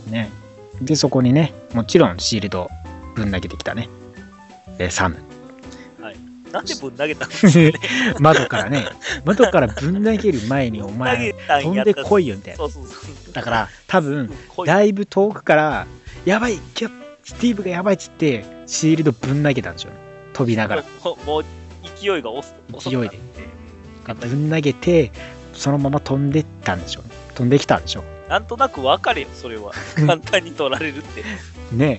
ね。で、そこにね、もちろんシールドぶん投げてきたね。サム。 はい。なんでぶん投げたんですかね。 窓からぶん投げる前にお前、飛んでこいよみたいな。そう。だから、多分、だいぶ遠くから、やばい、スティーブがやばいっつって、シールドぶん投げたんでしょうね。飛びながら。 もう勢いが勢いで。ぶん投げて、そのまま飛んでったんでしょうね。飛んできたんでしょう。 なんとなく分かれよ、それは。簡単に取られるって。 ね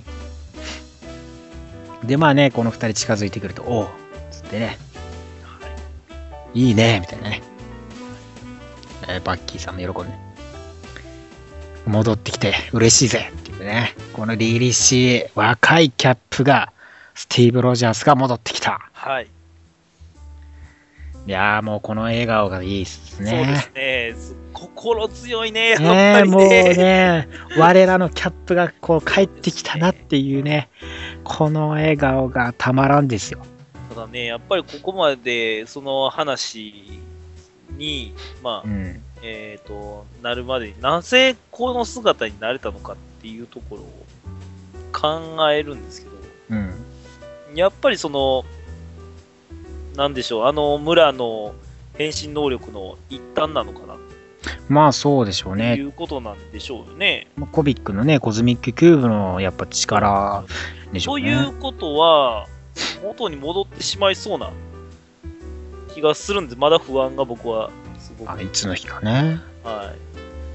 え。で、まあね、この2人近づいてくると、おうつってね、いいねみたいなね。バッキーさんも喜んで。戻ってきて嬉しいぜっていうね。この凛々しい若いキャップが、スティーブ・ロジャースが戻ってきた。 はい。 いやーもうこの笑顔がいいっすね。 そうですね。心強いね、やっぱりね。 もうね、我らのキャップがこう帰ってきたなっていうね、この笑顔がたまらんですよ。 ただね、やっぱりここまでその話に、まあ、なるまでになぜこの姿になれたのかっていうところを考えるんですけど、やっぱりその、なんでしょう、村の変身能力の一端なのかな。 まあそうでしょうね。 いうことなんでしょうよね。 コビックのね、コズミックキューブのやっぱ力でしょうね。 ということは、元に戻ってしまいそうな気がするんで、まだ不安が僕はすごく。 いつの日かね。 はい。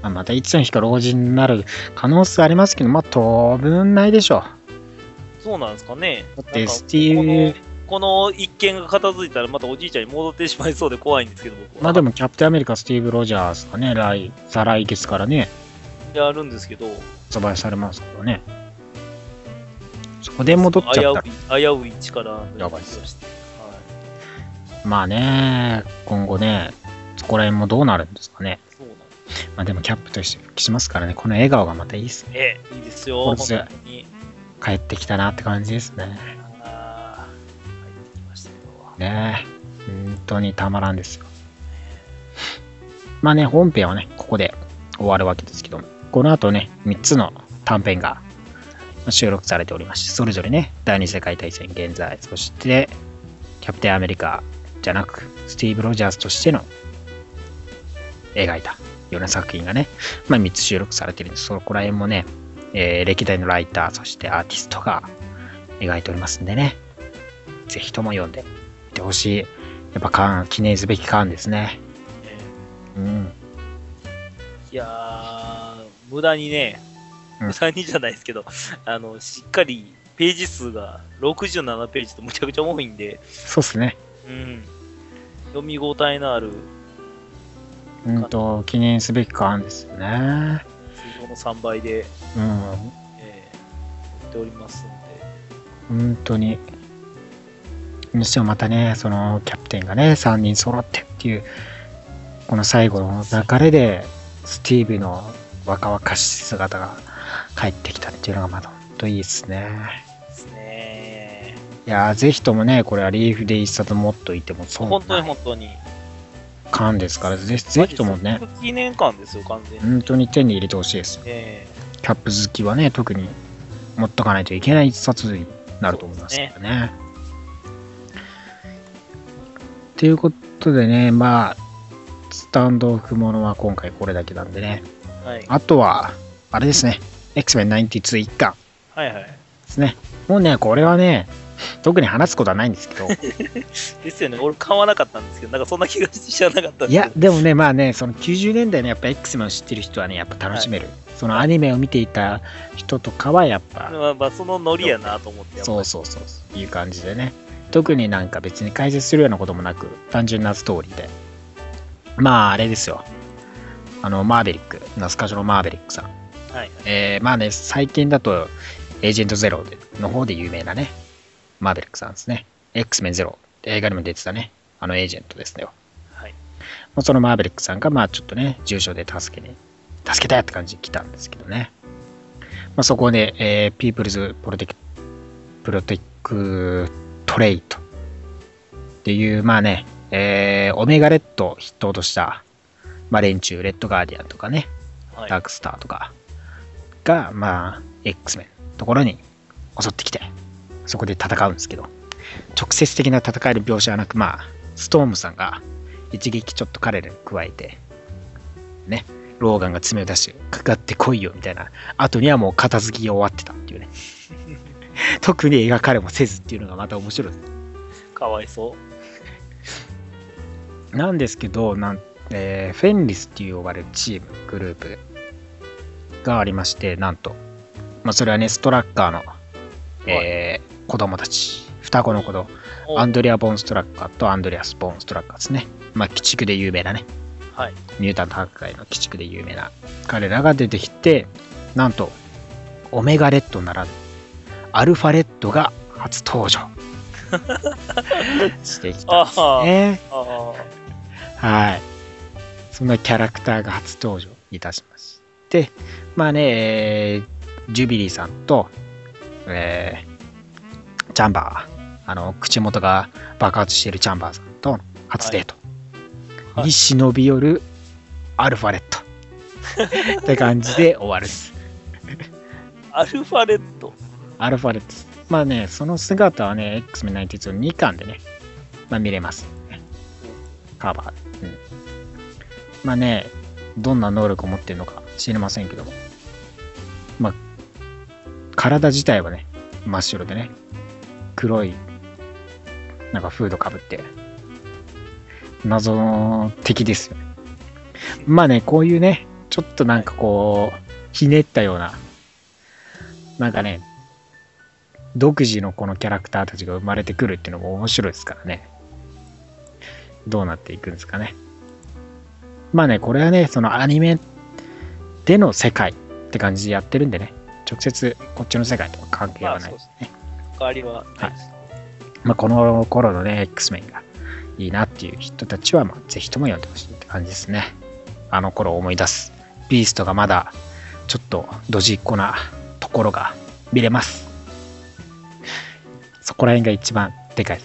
またいつの日か老人になる可能性ありますけど、まあ当分ないでしょう。そうなんですかね。 だってスティーブ、 この一件が片付いたらまたおじいちゃんに戻ってしまいそうで怖いんですけど、僕は。 まあでもキャプテンアメリカスティーブ・ロジャースがね、再来月からね、 やるんですけど、 発売されますからね。そこで戻っちゃったら。危うい力やばいです。まあね、今後ね、そこら辺もどうなるんですかね。そうなんです。まあでもキャップとして復帰しますからね、この笑顔がまたいいですね。 いいですよ、本当に。 帰ってきたなって感じですね。ねえ、本当にたまらんですよ。まあね、本編はね、ここで終わるわけですけども、この後ね、3つの短編が収録されておりまして、それぞれね、第二次世界大戦現在、そして、キャプテンアメリカじゃなく、スティーブ・ロジャースとしての描いたような作品がね、まあ3つ収録されてるんです。そこら辺もね、歴代のライター、そしてアーティストが描いておりますんでね、ぜひとも読んでいてほしい。やっぱ記念すべき巻ですね。うん。 いやー、無駄にね、無駄にじゃないですけど、しっかりページ数が67ページとむちゃくちゃ多いんで、 そうっすね。 うん。読み応えのある。 記念すべき巻ですよね。 通常の3倍で、売っておりますんで。 本当に。にしてもまたね、そのキャプテンがね、3人揃ってっていう、この最後の流れで、スティーブの若々しい姿が帰ってきたっていうのがまた本当いいですね。 ですね。 いやー、ぜひともね、これはリーフで一冊持っといてもそう本当に本当に。 巻ですから、ぜひともね。 記念巻ですよ、完全に。 本当に手に入れてほしいですよ。キャップ好きはね、特に持っとかないといけない一冊になると思いますからね。ということでね、まあ、スタンドオフものは今回これだけなんでね。 はい、 あとは、あれですね、X-Men 92一巻ですね。もうね、これはね、特に話すことはないんですけど。 ですよね、俺買わなかったんですけど、なんかそんな気がしなかったんですけど。 いや、でもね、まあね、その90年代のやっぱ X-Men を知ってる人はね、やっぱ楽しめる。はい、そのアニメを見ていた人とかはやっぱ。 まあ、そのノリやなと思って。 そう、いう感じでね。特になんか別に解説するようなこともなく、単純なストーリーで。まあ、あれですよ。マーベリック、ナスカジョのマーベリックさん。 はい、 まあね、最近だと、エージェントゼロの方で有名なね、マーベリックさんですね。X-Men ゼロ。映画にも出てたね、エージェントですよ。 はい。 そのマーベリックさんが、まあちょっとね、重傷で助けたよって感じで来たんですけどね。まあそこで、ピープルズプロテクトレイトっていう、まあね、オメガレッドを筆頭とした、まあ連中、レッドガーディアンとかね、はい、ダークスターとかが、まあ、X-Men のところに襲ってきて、そこで戦うんですけど、直接的な戦いの描写はなく、まあ、ストームさんが一撃ちょっと彼らに加えて、ね、ローガンが爪を出してかかってこいよみたいな、後にはもう片付きが終わってたっていうね。特に描かれもせずっていうのがまた面白い。 かわいそう。 なんですけど、フェンリスっていう呼ばれるチーム、グループがありまして、なんと、まあ、それはね、ストラッカーの、子供たち、双子の子供、アンドリア・ボン・ストラッカーとアンドリアス・ボン・ストラッカーですね。まあ、鬼畜で有名なね、 はい、 ミュータント博会の鬼畜で有名な彼らが出てきて、なんと、オメガレッドならぬ、アルファレッドが初登場してきたんですね。はい。そんなキャラクターが初登場いたしまして、まあね、ジュビリーさんと、チャンバー、口元が爆発しているチャンバーさんと初デートに忍び寄るアルファレッドって感じで終わるです。 アルファレッドまあね、その姿はね、X-Men 92の2巻でね、まあ見れます、ね。カバーで。うん。まあね、どんな能力を持ってるのか知りませんけども。まあ、体自体はね、真っ白でね、黒い、なんかフードかぶって、謎の敵ですよね。まあね、こういうね、ちょっとなんかこう、ひねったような、なんかね、独自のこのキャラクターたちが生まれてくるっていうのも面白いですからね。どうなっていくんですかね。まあね、これはね、そのアニメでの世界って感じでやってるんでね、直接こっちの世界とは関係はないですね。 関わりはないです。 まあこの頃のね、X-Men がいいなっていう人たちは、まあぜひとも読んでほしいって感じですね。あの頃を思い出す。ビーストがまだちょっとドジっ子なところが見れます。そこら辺が一番でかいです。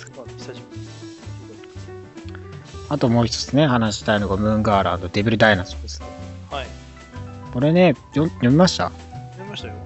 あともう一つね、話したいのがムーンガール&デビルダイナソーです。 はい。 これね、読みました？ 読みましたよ。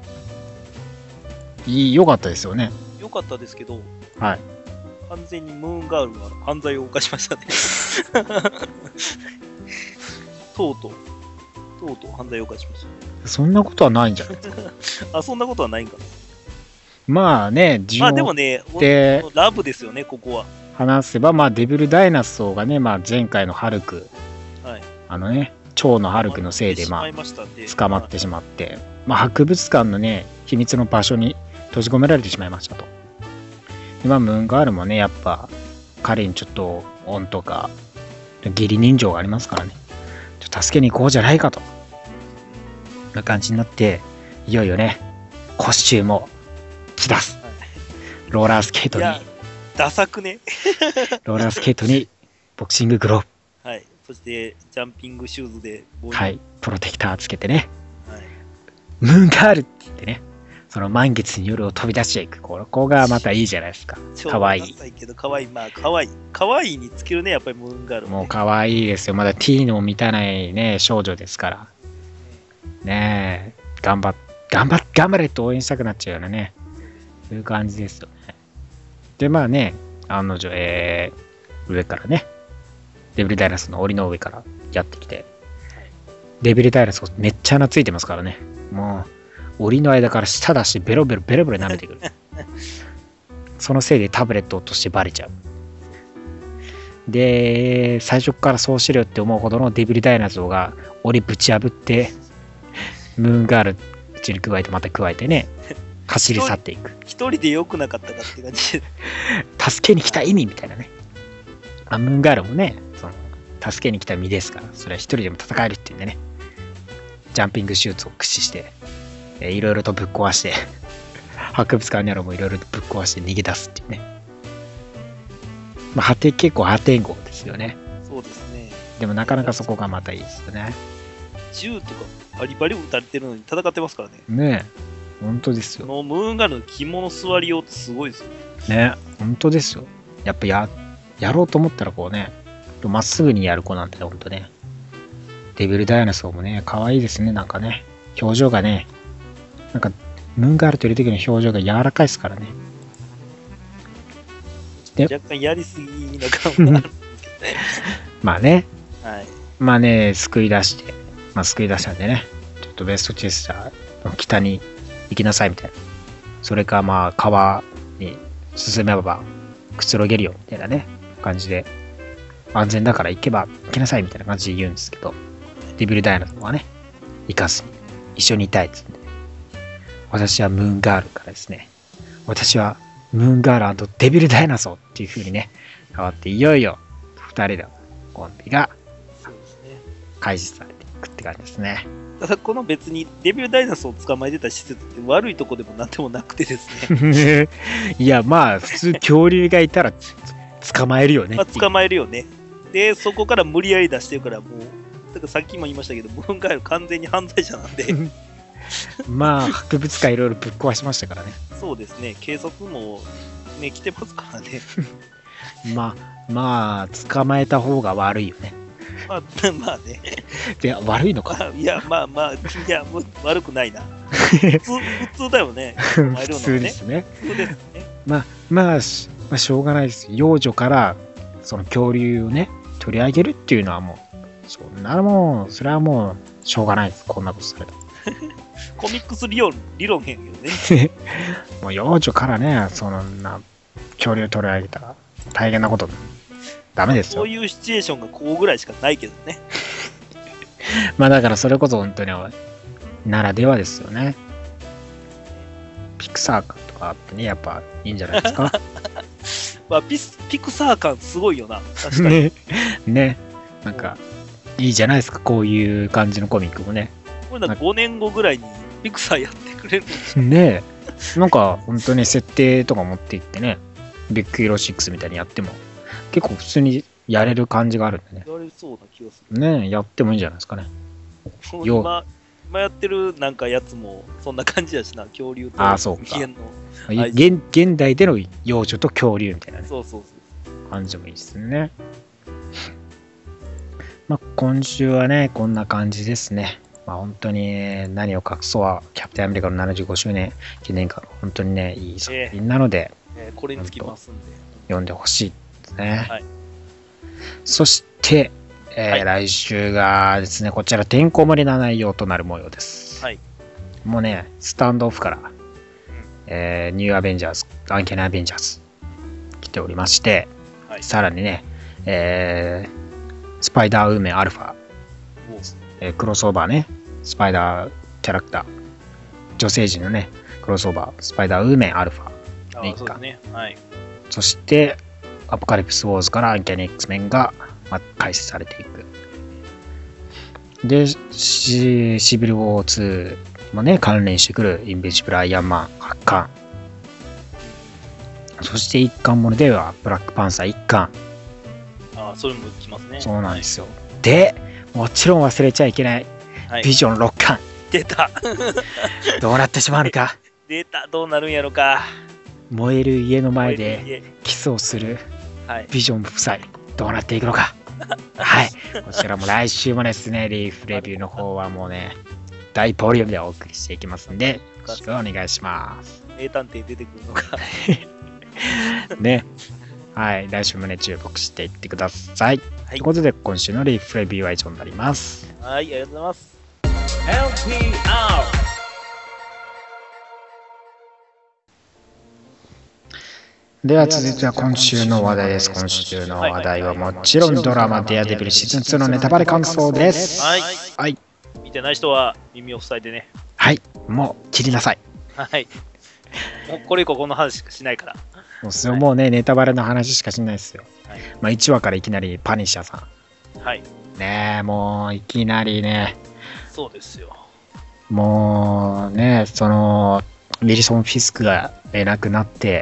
良かったですよね。 良かったですけど、 はい。 完全にムーンガールは犯罪を犯しましたね。 とうとう犯罪を犯しました。 そんなことはないんじゃないですか。 あ、そんなことはないんかな。 まあね、 まあでもね、 でラブですよね、ここは。 話せば、まあデビルダイナソーがね、まあ前回のハルク、 はい、 蝶のハルクのせいで、まあ、捕まってしまって、まあ博物館のね、秘密の場所に閉じ込められてしまいましたと。今、ムーンガールもね、やっぱ、彼にちょっと恩とか、義理人情がありますからね、ちょっと助けに行こうじゃないかと。な感じになって、いよいよね、コスチュームを着出す。ローラースケートに、 ダサくね。 ローラースケートに、ボクシンググローブ。 はい。そして、ジャンピングシューズで、 はい。プロテクターつけてね。はい。ムーンガールって言ってね、その満月に夜を飛び出していく。ここがまたいいじゃないですか。かわいい。 かわいい。まあ、かわいい。かわいいにつけるね、やっぱりムーンガール、ね。 もうかわいいですよ。まだティーノを満たないね、少女ですから。ねえ、頑張れって応援したくなっちゃうようなね。そういう感じですよね。で、まあね、案の定、上からね、デビルダイナソーの檻の上からやってきて、デビルダイナソーめっちゃ穴ついてますからね。もう、檻の間から舌出してベロベロ舐めてくる。そのせいでタブレットを落としてバレちゃう。で、最初からそうしろよって思うほどのデビルダイナソーが檻ぶち破って、ムーンガール口に加えてまた加えてね、走り去っていく。 一人で良くなかったかって感じで。 助けに来た意味みたいなね。ムーンガールもね、助けに来た身ですから、それは一人でも戦えるっていうんでね、ジャンピングシューズを駆使して、いろいろとぶっ壊して、博物館にあるもいろいろとぶっ壊して逃げ出すっていうね。まあ、結構破天荒ですよね。 そうですね。 でもなかなかそこがまたいいですよね。 銃とかバリバリ撃たれてるのに戦ってますからね。 ねえ、本当ですよ。 このムーンガールの肝の座りようってすごいですよね。ね、本当ですよ。やっぱやろうと思ったらこうね、まっすぐにやる子なんて本当ね。デビルダイナソーもね、可愛いですね、なんかね。表情がね、なんか、ムーンガールといる時の表情が柔らかいですからね。 若干やりすぎな感があるんですけどね。 まあね。 はい。 まあね、救い出したんでね、ちょっとベストチェスターの北に行きなさいみたいな。それかまあ川に進めばくつろげるよみたいなね、感じで、安全だから行けなさいみたいな感じで言うんですけど、デビルダイナソーはね、行かずに一緒にいたいっつって、私はムーンガールからですね、私はムーンガール&デビルダイナソーっていう風にね、変わっていよいよ2人のコンビが開示されていくって感じですね。 ただこの別にデビルダイナソーを捕まえてた施設って悪いとこでもなんでもなくてですね。 いやまあ普通恐竜がいたら捕まえるよね。 捕まえるよね。でそこから無理やり出してるからもう、だからさっきも言いましたけど、ムーンガール完全に犯罪者なんで。 まあ博物館いろいろぶっ壊しましたからね。 そうですね。警察もね来てますからね。 まあ捕まえた方が悪いよね。 まあね。 いや悪いのか。 いや悪くないな。普通だよね。 普通ですね。 普通ですね。 まあしょうがないです。幼女からその恐竜をね取り上げるっていうのはもうそれはもうしょうがないです。こんなことされた。 コミックス理論へんよね。 もう幼女からねそんな恐竜取り上げたら大変なことダメですよ。 そういうシチュエーションがこうぐらいしかないけどね。 まあだからそれこそ本当にならではですよね。ピクサー感とかあってね、やっぱいいんじゃないですか。 まあピクサー感すごいよな。確かに。 ね。なんかいいじゃないですか、こういう感じのコミックもね。 これなんか5年後ぐらいにピクサーやってくれるんですねえ。なんか本当に設定とか持っていってね、ビッグヒーロー6みたいにやっても結構普通にやれる感じがあるんでね。 やれそうな気がする。 ねえ、やってもいいんじゃないですかね。 今やってるなんかやつもそんな感じだしな、恐竜と人間の現代での幼女と恐竜みたいなね。 そう感じもいいですね。まあ今週はねこんな感じですね。まあ本当に何を隠そうはキャプテンアメリカの75周年記念館、本当にねいい作品なので、 これにつきますんで読んでほしいですね。 はい、 そして、 来週がですね、こちらてんこ盛りな内容となる模様です。 はい。 もうね、スタンドオフから、ニューアベンジャーズ、アンキャナアベンジャーズ来ておりまして、はい、さらにね、スパイダーウーメンアルファ、クロスオーバーね、スパイダーキャラクター、女性陣のね、クロスオーバー、スパイダーウーメンアルファ、 そうですね。はい。 そして、アポカリプスウォーズからアンキャニ X メンが、開始されていく。で、シビルウォー2もね、関連してくるインビジブルアイアンマン8巻。そして1巻ものでは、ブラックパンサー1巻。 それも来ますね。 そうなんですよ。はい、で、もちろん忘れちゃいけない、ビジョン6巻。 出たどうなってしまうのか。 出た、どうなるんやろか。 燃える家の前でキスをするビジョン夫妻、どうなっていくのか。はい、こちらも来週もですね、リーフレビューの方はもうね、大ボリュームでお送りしていきますんで、よろしくお願いします。 名探偵出てくるのか。 ね。はい、来週もね、注目していってください。ということで、今週のリーフレビューは以上になります。 はい、ありがとうございます。 LPR。 では続いては今週の話題です。今週の話題はもちろんドラマデアデビルシーズン2のネタバレ感想です。 はい。はい。見てない人は耳を塞いでね。 はい。もう切りなさい。 はい。もうこれ以降この話しかしないから。 もうね、ネタバレの話しかしないですよ。はい、まあ1話からいきなりパニッシャーさん。はい。 ねえ、もういきなりね。 そうですよ。 もうね、ウィルソン・フィスクがいなくなって、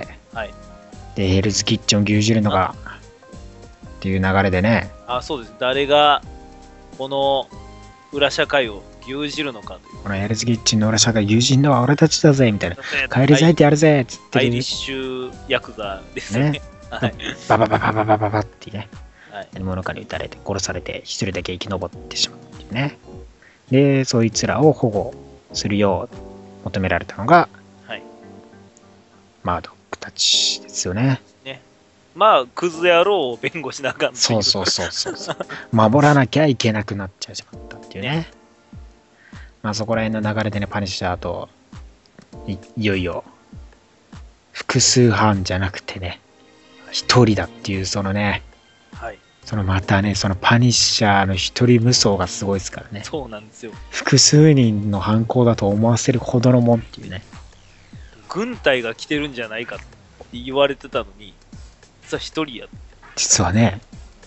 はい。で、ヘルズ・キッチンを牛耳るのがっていう流れでね。 そうです。誰がこの裏社会を牛耳るのかという。 このヘルズ・キッチンの裏社会牛耳るのは俺たちだぜみたいな。帰り咲いてやるぜっつってる。 アイリッシュ役がですね。 はい、ババババババババってね。はい、何者かに撃たれて殺されて一人だけ生き残ってしまうっていうね。で、そいつらを保護するよう求められたのが、はい、マードックたちですよね。 まあ、クズ野郎を弁護しながら。 そう。守らなきゃいけなくなっちゃまったっていうね。まあ、そこら辺の流れでね、パニッシャーと、いよいよ、複数犯じゃなくてね、一人だっていう、そのね、はい、またね、パニッシャーの一人無双がすごいですからね。 そうなんですよ。 複数人の犯行だと思わせるほどのもんっていうね。 軍隊が来てるんじゃないかって言われてたのに、実は一人や。 実はね。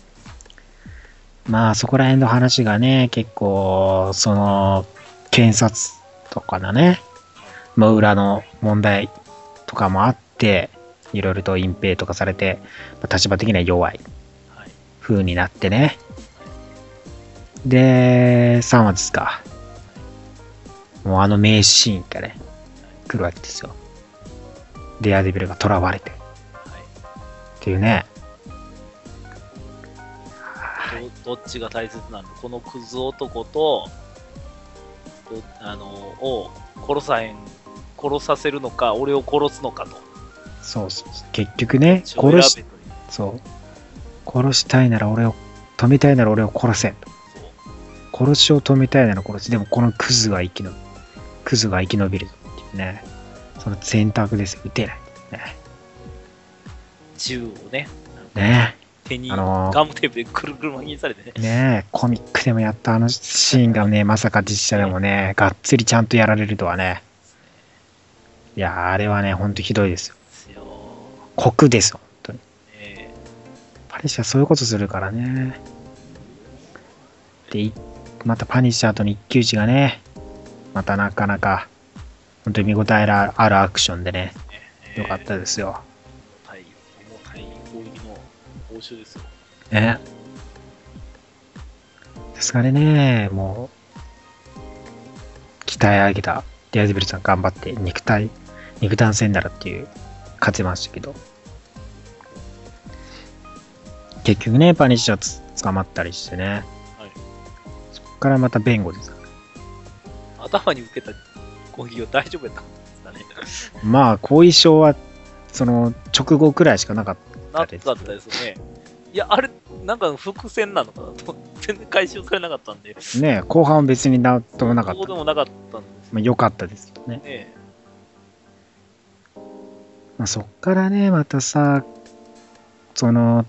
まあそこら辺の話がね、結構、検察とかのね、裏の問題とかもあって、いろいろと隠蔽とかされて、立場的には弱い風になってね。で、3話ですか。もう名シーンがね、来るわけですよ。デアデビルが囚われて。っていうね。 どっちが大切なの？このクズ男とを殺させるのか、俺を殺すのかと。 そう。結局ね、殺したいなら俺を止めたいなら俺を殺せと。殺しを止めたいなら殺せ。でもこのクズが生き延びるっていうね。その選択ですよ。撃てないね。 銃をね。手にガムテープでくるくる巻きにされてね。コミックでもやったシーンがね、まさか実写でもね、がっつりちゃんとやられるとはね。いや、あれはね、ほんとひどいですよ。酷ですよ、本当に。パニッシャーそういうことするからね。で、またパニッシャーとの一騎打ちがね、またなかなか、本当に見応えあるアクションでね、よかったですよ。 重たい攻撃の報酬ですよ。 ですからね、もう、鍛え上げたデアデビルさん頑張って肉弾戦ならっていう、勝ちましたけど。結局ね、パニッシャー捕まったりしてね。はい、そこからまた弁護ですから。 頭に受けた攻撃は大丈夫やったんですかね。 まあ、後遺症は、直後くらいしかなかったです。 なかったですね。 いや、あれ、なんか伏線なのかなと。全然回収されなかったんで。 ね、後半は別になんともなかった。 そうでもなかったんです。 まあ、良かったですよね。 ねまあ、そっからね、またさ、その、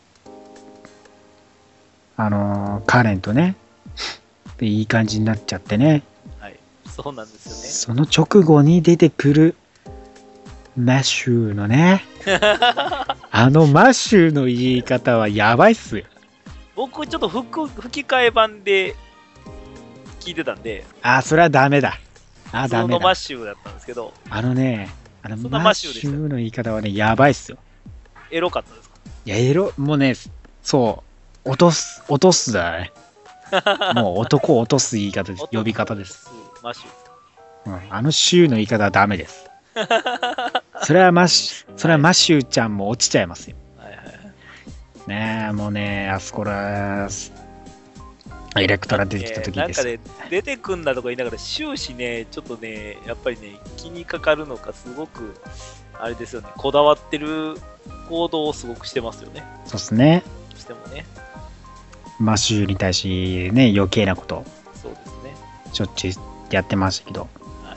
カレンとね、いい感じになっちゃってね。 はい。そうなんですよね。 その直後に出てくるマッシューのね、マッシューの言い方はやばいっすよ。 僕、ちょっと吹き替え版で聞いてたんで、 それはダメだ。ダメだ。 そのマッシューだったんですけど、 マッシューの言い方はね、やばいっすよ。 エロかったですか？ いや、もうね、そう、落とすだね。もう男を落とす言い方です。呼び方です。 マッシュ。 シューの言い方はダメです。それはマッシューちゃんも落ちちゃいますよ。 はいはいはい。 ねえ、もうね、あそこら、エレクトラ出てきた時です。 なんかね、出てくんだとか言いながら、終始ね、ちょっとね、やっぱりね、気にかかるのか、すごく、あれですよね、こだわってる行動をすごくしてますよね。 そうっすね。 してもね。 マッシュに対しね、余計なこと、 そうですね。 しょっちゅうやってましたけど、 はい、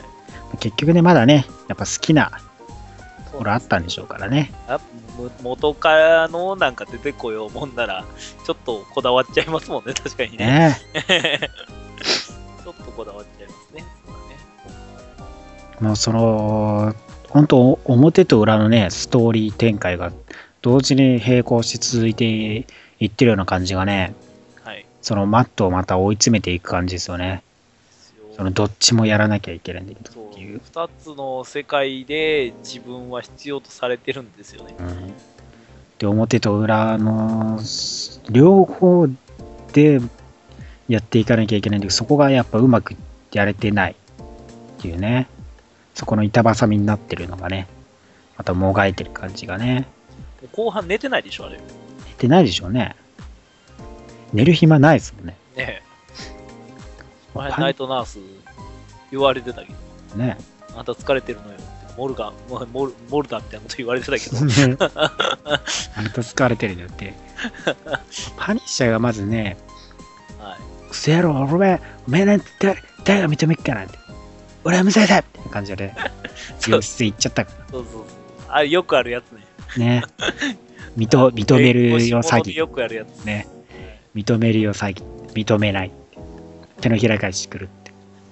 結局ね、まだね、やっぱ好きなところあったんでしょうからね。 元からのなんか出てこようもんなら、ちょっとこだわっちゃいますもんね、確かにね。ちょっとこだわっちゃいますね。 もうその、本当表と裏のね、ストーリー展開が同時に並行して続いていってるような感じがね、 はい、 そのマットをまた追い詰めていく感じですよね。そのどっちもやらなきゃいけないんだけどっていう。 2つの世界で自分は必要とされてるんですよね。 で、表と裏の両方でやっていかなきゃいけないんだけど、そこがやっぱうまくやれてないっていうね。そこの板挟みになってるのがね、またもがいてる感じがね。 後半寝てないでしょ、あれ。 寝てないでしょうね。寝る暇ないですもんね。 ねえ。ナイトナース言われてたけど。 ねあんた疲れてるのよって。モルダみたいなこと言われてたけど。 あんた疲れてるのよって。パニッシャーがまずね、 はい、 クソ野郎、おめえなんて誰が認めっかなって。俺は無罪だって感じで、教室行っちゃったから。 そう。あれよくあるやつね。 ね。認めるよ詐欺。 よくあるやつ。 ね。認めるよ詐欺。認めない。手のひら返し来るって。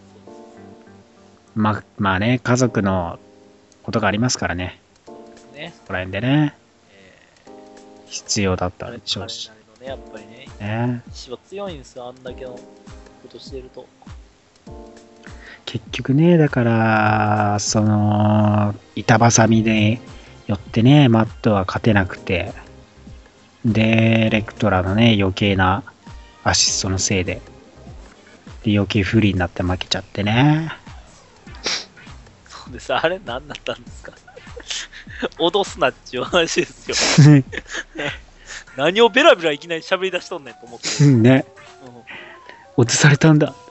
まあね、家族のことがありますからね。 そうですね。 ここら辺でね。必要だったでしょうし。 ね、やっぱりね。意志は強いんですよ、あんだけのことしてると。 結局ね、だから、その、板挟みでよってね、マットは勝てなくて、で、レクトラのね、余計なアシストのせいで、余計不利になって負けちゃってね。 そうです、あれ何だったんですか脅すなっちゅう話ですよ。何をベラベラいきなり喋り出しとんねんと思って。 ね。脅されたんだ。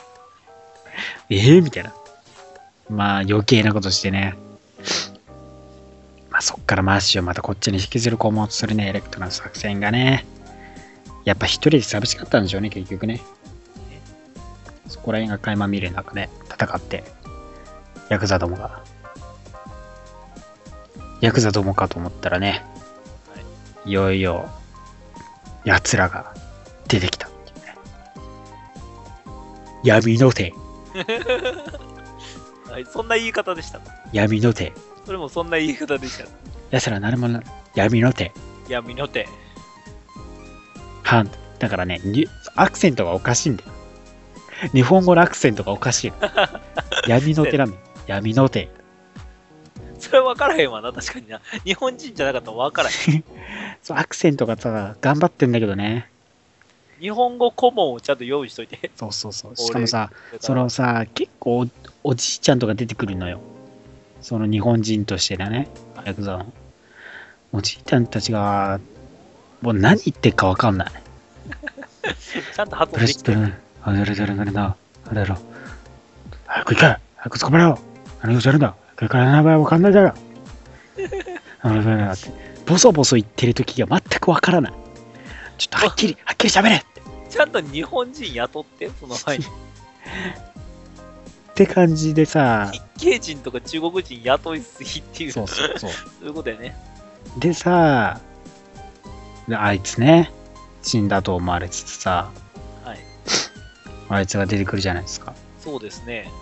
みたいな。まあ余計なことしてね。まあそっからマッシュをまたこっちに引きずり込もうとするね、エレクトラの作戦がね。やっぱ一人で寂しかったんでしょうね、結局ね。そこら辺が垣間見る中で戦って、ヤクザどもが。ヤクザどもかと思ったらね、いよいよ奴らが出てきたっていうね。闇の手。 はい、そんな言い方でした。 闇の手。 それもそんな言い方でした。 奴らなるもの、闇の手。 闇の手。 だからね、アクセントがおかしいんだよ。日本語のアクセントがおかしい。闇の手なんだよ。闇の手。 それ分からへんわな、確かにな。日本人じゃなかったら分からへん。 そう、アクセントがさ、頑張ってんだけどね。 日本語顧問をちゃんと用意しといて。 そう。しかもさ、そのさ、結構おじいちゃんとか出てくるのよ。その日本人としてだね。ヤクザの。おじいちゃんたちが、もう何言ってるか分かんない。 ちゃんと発音できてる。 早く行け、早く捕まえろ。何をしてるんだ。これから名前分かんないだろ。ってボソボソ言ってる時が全く分からない。 ちょっとはっきり喋れって。 ちゃんと日本人雇って、その前に。 って感じでさ、 日系人とか中国人雇いすぎっていう。 そう。 そういうことやね。 でさ、あいつね、死んだと思われつつさ、 はい。 あいつが出てくるじゃないですか。 そうですね。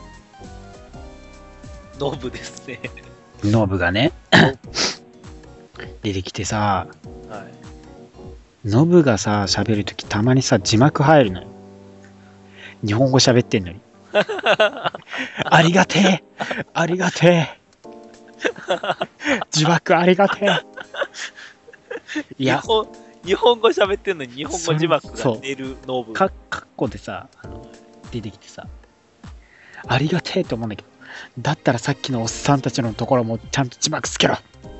ノブですね。 ノブがね、出てきてさ、 はい。 ノブがさ、喋るときたまにさ、字幕入るのよ。日本語喋ってんのに。ありがてえありがてえ字幕ありがてえいや、 日本語喋ってんのに日本語字幕が出るノブ。 かっこでさ、出てきてさ、ありがてえと思うんだけど、だったらさっきのおっさんたちのところもちゃんと字幕つけろ。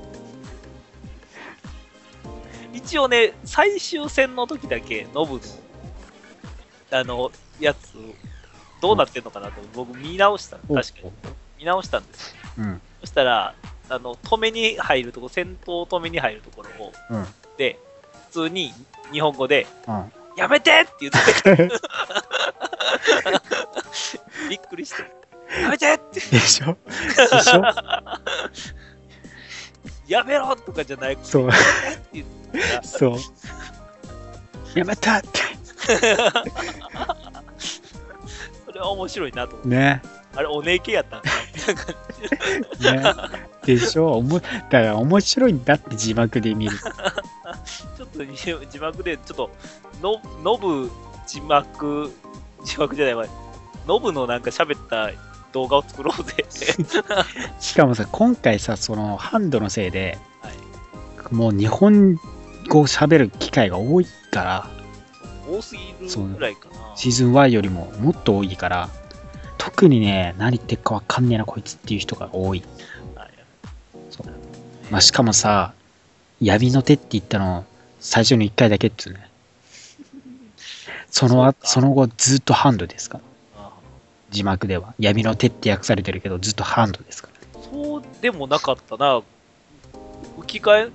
一応ね、最終戦の時だけノブのやつどうなってんのかなと僕見直した。確かに見直したんですよ。そしたら止めに入るとこ、戦闘止めに入るところを、で普通に日本語で、やめてって言ってびっくりして、やめてってでしょやめろとかじゃない。 そう。 やめてって言ってそう。やめたって。 それは面白いなと思って。 ね。 あれ、お姉系やったんね。でしょ。だから面白いんだって字幕で見る。 ちょっと字幕で、ちょっと、ノブ字幕じゃないわ。ノブのなんか喋った動画を作ろうぜ。 しかもさ、今回さ、そのハンドのせいで、もう日本語を喋る機会が多いから、 多すぎるぐらいかな。 シーズン1よりももっと多いから、特にね、何言ってっかわかんねえなこいつっていう人が多い。そう。まあ、しかもさ、闇の手って言ったの最初の1回だけっつうね。その後ずっとハンドですから。字幕では闇の手って訳されてるけどずっとハンドですから。 そうでもなかったな。吹き替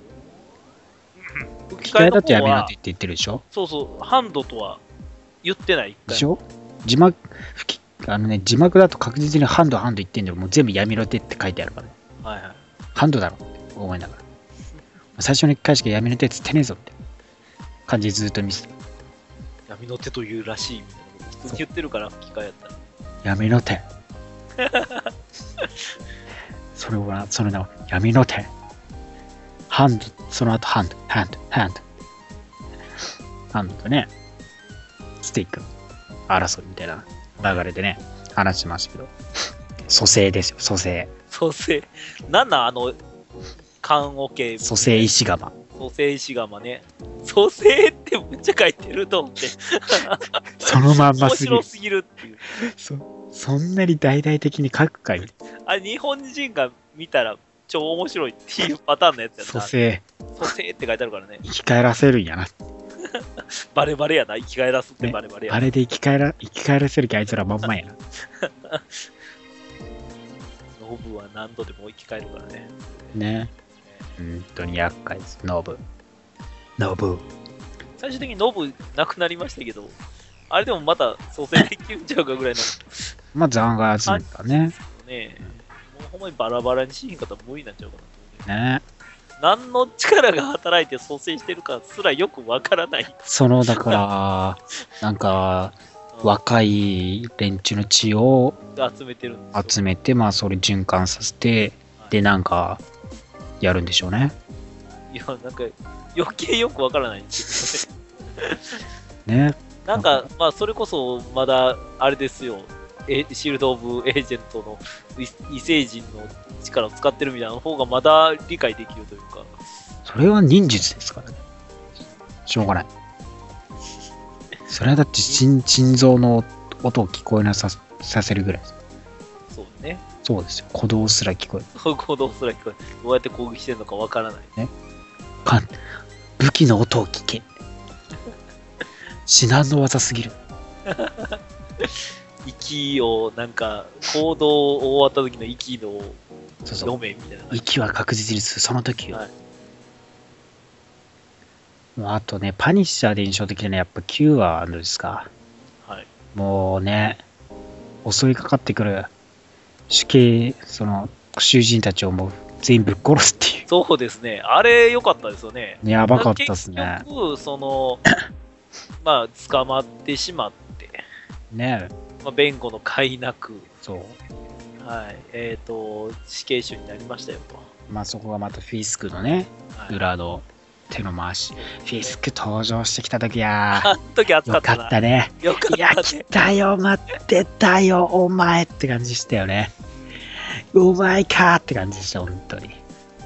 えだと闇の手って言ってるでしょ。 そうハンドとは言ってない。 でしょ。字幕字幕だと確実にハンド言ってんだよ。もう全部闇の手って書いてあるからね。ハンドだろって思いながら、最初の1回しか闇の手って言ってねえぞって感じでずっと見せて、 闇の手というらしいみたいなこと普通に言ってるから、吹き替えやったら闇の手それ名は闇の手ハンド、その後ハンドとね、スティック争いみたいな流れでね話してましたけど、蘇生ですよ。蘇生なんなん棺桶蘇生石窯ね。蘇生ってめっちゃ書いてると思ってそのまんますぎる。 面白すぎるっていう。 そんなに大々的に書くかい。 あれ日本人が見たら超面白いっていうパターンのやつやな。 蘇生って書いてあるからね。 生き返らせるんやな。 バレバレやな。生き返らすってバレバレやな、 あれで生き返らせる気あいつらまんまやな。 ノブは何度でも生き返るからね。 ね。本当に厄介です。ノブ。 最終的にノブなくなりましたけど、あれでもまた蘇生できるんちゃうかぐらいの。 まあ残骸集めたね。 もうほんまにバラバラにしひんかったら無理になっちゃうかなと思う。 ね。 何の力が働いて蘇生してるかすらよくわからない。 だからなんか若い連中の血を集めて、まあそれ循環させて、でなんかやるんでしょうね。 いや、なんか余計よくわからないんですよね。 なんかまあそれこそまだあれですよ。シールド・オブ・エージェントの異星人の力を使ってるみたいな方がまだ理解できるというか。 それは忍術ですからね。しょうがない。それはだって心臓の音を聞こえなさせるぐらいです。 そうね。 そうですよ。鼓動すら聞こえる。 どうやって攻撃してるのかわからない。 ね。武器の音を聞け。至難の技すぎる。 息をなんか行動終わった時の息の読めみたいな。 息は確実にする。その時は、 あとね、パニッシャーで印象的なのはやっぱ9話ですか。 はい。 もうね、襲いかかってくる主刑、囚人たちをもう全員ぶっ殺すっていう。 そうですね。あれ良かったですよね。 やばかったですね。 結局、まあ、捕まってしまって、 ねまあ、弁護の甲斐なく、 そう。 はい、死刑囚になりましたよと。 まあそこがまたフィスクのね、 はい、 裏の手の回し。フィスク登場してきた時やあの時熱かよったな。 かったね。 よかったね。 いや、来たよ、待ってたよ、お前って感じしたよね。お前かって感じでした、本当に。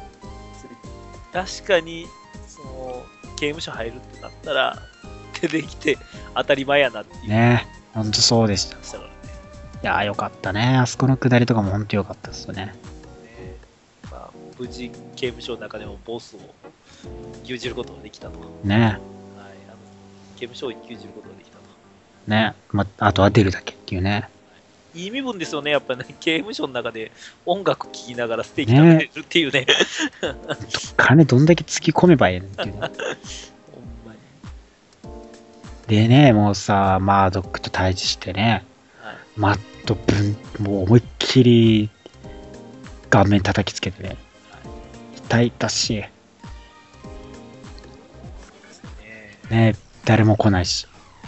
確かに、刑務所入るってなったら、出てきて当たり前やなっていう。 ね、ほんとそうでした。いしたからね。 やー、よかったね。あそこの下りとかもほんとよかったですよね。 まあ、無事、刑務所の中でもボスを牛耳ることができたと。 ね。 はい、刑務所を牛耳ることができたと。 ね。あとは出るだけっていうね。 いい身分ですよね、やっぱりね、刑務所の中で音楽聴きながらステーキ食べれるっていうね。 金どんだけ突き込めばいいのっていうね。 ほんまに。 でね、もうさ、マードックと対峙してね、 はい、 マットもう思いっきり顔面叩きつけてね、痛々しい。ね、誰も来ないし。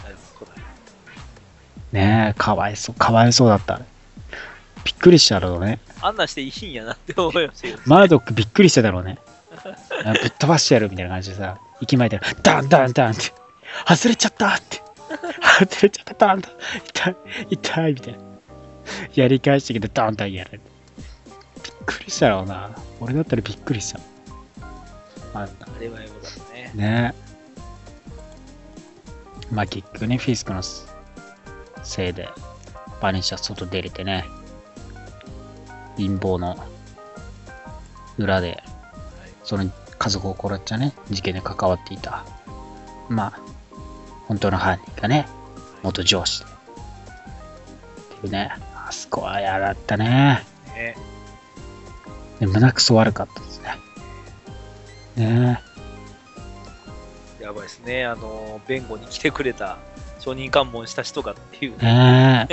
ねえ、かわいそうだった。びっくりしたろうね。 あんなしていいんやなって思いましたけど、ね。 マードックびっくりしただろうね。ぶっ飛ばしてやるみたいな感じでさ、息巻いてダンダンダンって、外れちゃったって、外れちゃったダンダン、痛いみたいな。やり返してきてダンダンやられる。びっくりしたろうな。俺だったらびっくりした。 あれはよかったね。 ねえ。まあ結局ね、フィスクのせいでバニッシャー外出れてね、陰謀の裏でその家族を殺っちゃね、事件で関わっていたまあ本当の犯人がね、元上司でっていうね、あそこはやらったね。で胸くそ悪かったですね。ねえ、やばいですね。弁護に来てくれた証人喚問した人がっていうね。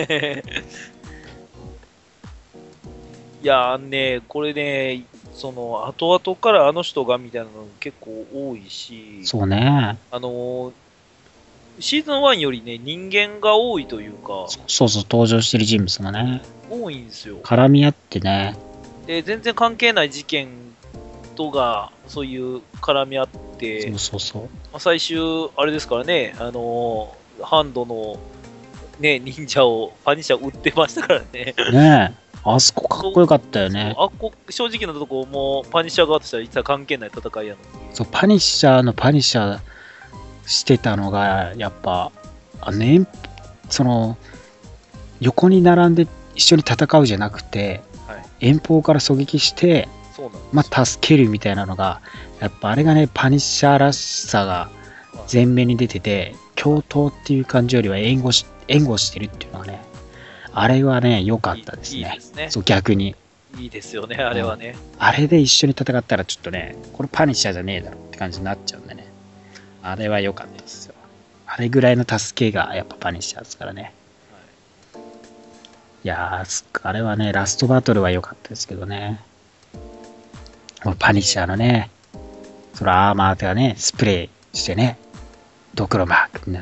いやーね、これね、後々からあの人がみたいなの結構多いし、 そうね。 シーズン1よりね、人間が多いというか、 そう登場してる人物がね、 多いんですよ。 絡み合ってね。 で、全然関係ない事件とが、そういう絡み合って、最終、あれですからね、ハンドの、ね、忍者を、パニッシャー撃ってましたからね。 ねえ。あそこかっこよかったよね。 正直なとこもパニッシャー側としては一切関係ない戦いやのに。 そう、パニッシャーしてたのが、やっぱ、横に並んで一緒に戦うじゃなくて、はい、遠方から狙撃して、助けるみたいなのが、やっぱあれがね、パニッシャーらしさが前面に出てて、共闘っていう感じよりは援護してるっていうのがね、あれはね、良かったですね。いいですね。そう、逆に。 いいですよね、あれはね。 あれで一緒に戦ったらちょっとね、これパニッシャーじゃねえだろって感じになっちゃうんでね。あれは良かったですよ。あれぐらいの助けがやっぱパニッシャーですからね。はい、いやー、あれはね、ラストバトルは良かったですけどね。パニッシャーのね、そのアーマーがね、スプレーしてね、ドクロマークになって。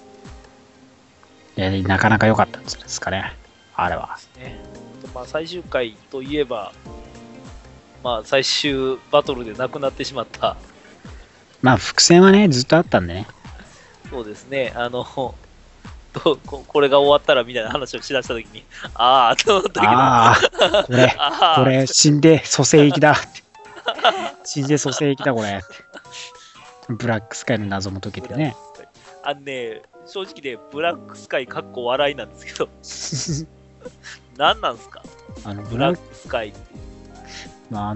なかなか良かったんですかね、あれは。 最終回といえば、最終バトルで亡くなってしまった。 伏線はね、ずっとあったんでね。 そうですね、これが終わったらみたいな話をしだしたときに、ああ、と思ったけど。 これ、死んで蘇生液だって。死んで蘇生液だ、これ。ブラックスカイの謎も解けてね。 正直でブラックスカイかっこ笑いなんですけど何なんすかブラックスカイって。 ちょ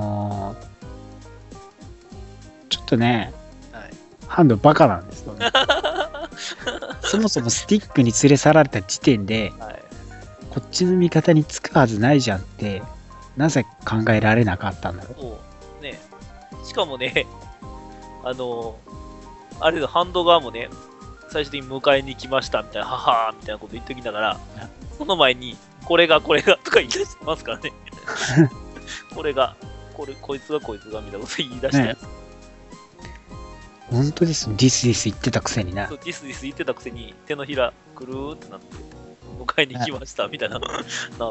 っとね、はい、ハンドバカなんですよね。そもそもスティックに連れ去られた時点で、はい、こっちの味方につくはずないじゃんってなぜ考えられなかったんだろう。 ね、しかもね、 あれでハンド側もね、最終的に迎えに来ましたみたいな、ははーみたいなこと言っときながら、その前に、これがとか言い出してますからね。こいつがみたいなこと言い出して、ね。 本当です。ディスディス言ってたくせにな。 ディスディス言ってたくせに、手のひら、くるーってなって、迎えに来ましたみたいな、なって、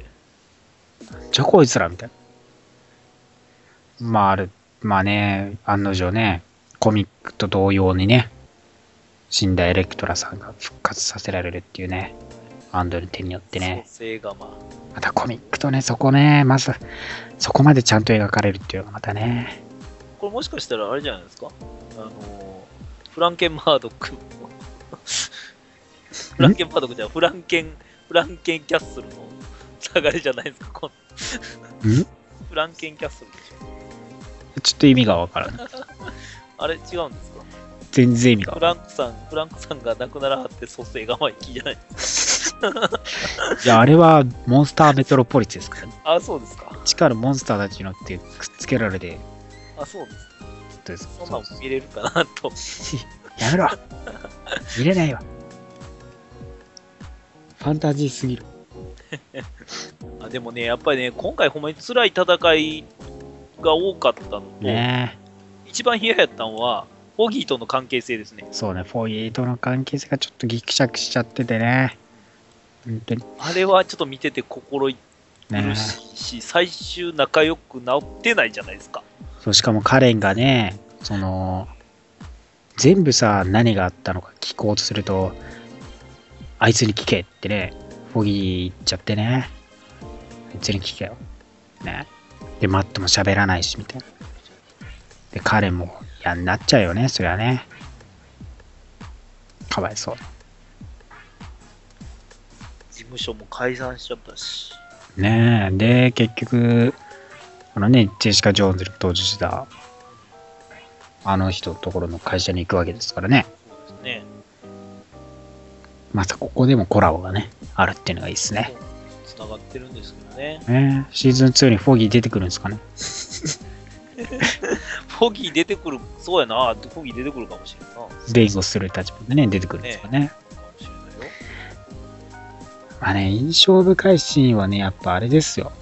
じゃあこいつらみたいな。まあね、案の定ね、コミックと同様にね、死んだエレクトラさんが復活させられるっていうね、アンドルの手によってね。またコミックとね、そこね、まず、そこまでちゃんと描かれるっていうのがまたね。 これもしかしたらあれじゃないですか、フランケンマードック。フランケンキャッスルの流れじゃないですか、フランケンキャッスルでしょ。ちょっと意味がわからない。 あれ違うんですか？ 全然意味がフランクさんが亡くならはって蘇生がまいきじゃないですか。 いや、あれはモンスターメトロポリスですからね。 あ、そうですか。 地下のモンスターたちによってくっつけられて。 あ、そうですか。そんなのそう見れるかなと。 やめろ見れないわ。ファンタジーすぎる。 あ、でもね、やっぱりね、今回ほんまに辛い戦いが多かったのと、 ね、 一番嫌やったのは、フォギーとの関係性ですね。 そうね、フォギーとの関係性がちょっとギクシャクしちゃっててね。本当に。 あれはちょっと見てて心苦しいし、最終仲良くなってないじゃないですか。 そう、しかもカレンがね、全部さ、何があったのか聞こうとすると、あいつに聞けってね、フォギー言っちゃってね。あいつに聞けよ。ね。で、マットも喋らないし、みたいな。で、カレンも嫌になっちゃうよね、そりゃね。かわいそう。 事務所も解散しちゃったし。 ねえ、で、結局、ジェシカ・ジョーンズに登場したあの人のところの会社に行くわけですからね。 そうですね。 またここでもコラボがね、あるっていうのがいいですね。 つながってるんですけどね。 シーズン2にフォギー出てくるんですかね。 フォギー出てくる、そうやな、フォギー出てくるかもしれんな。 弁護する立場でね、出てくるんですかね。 かもしれないよ。 まあね、印象深いシーンはね、やっぱあれですよ。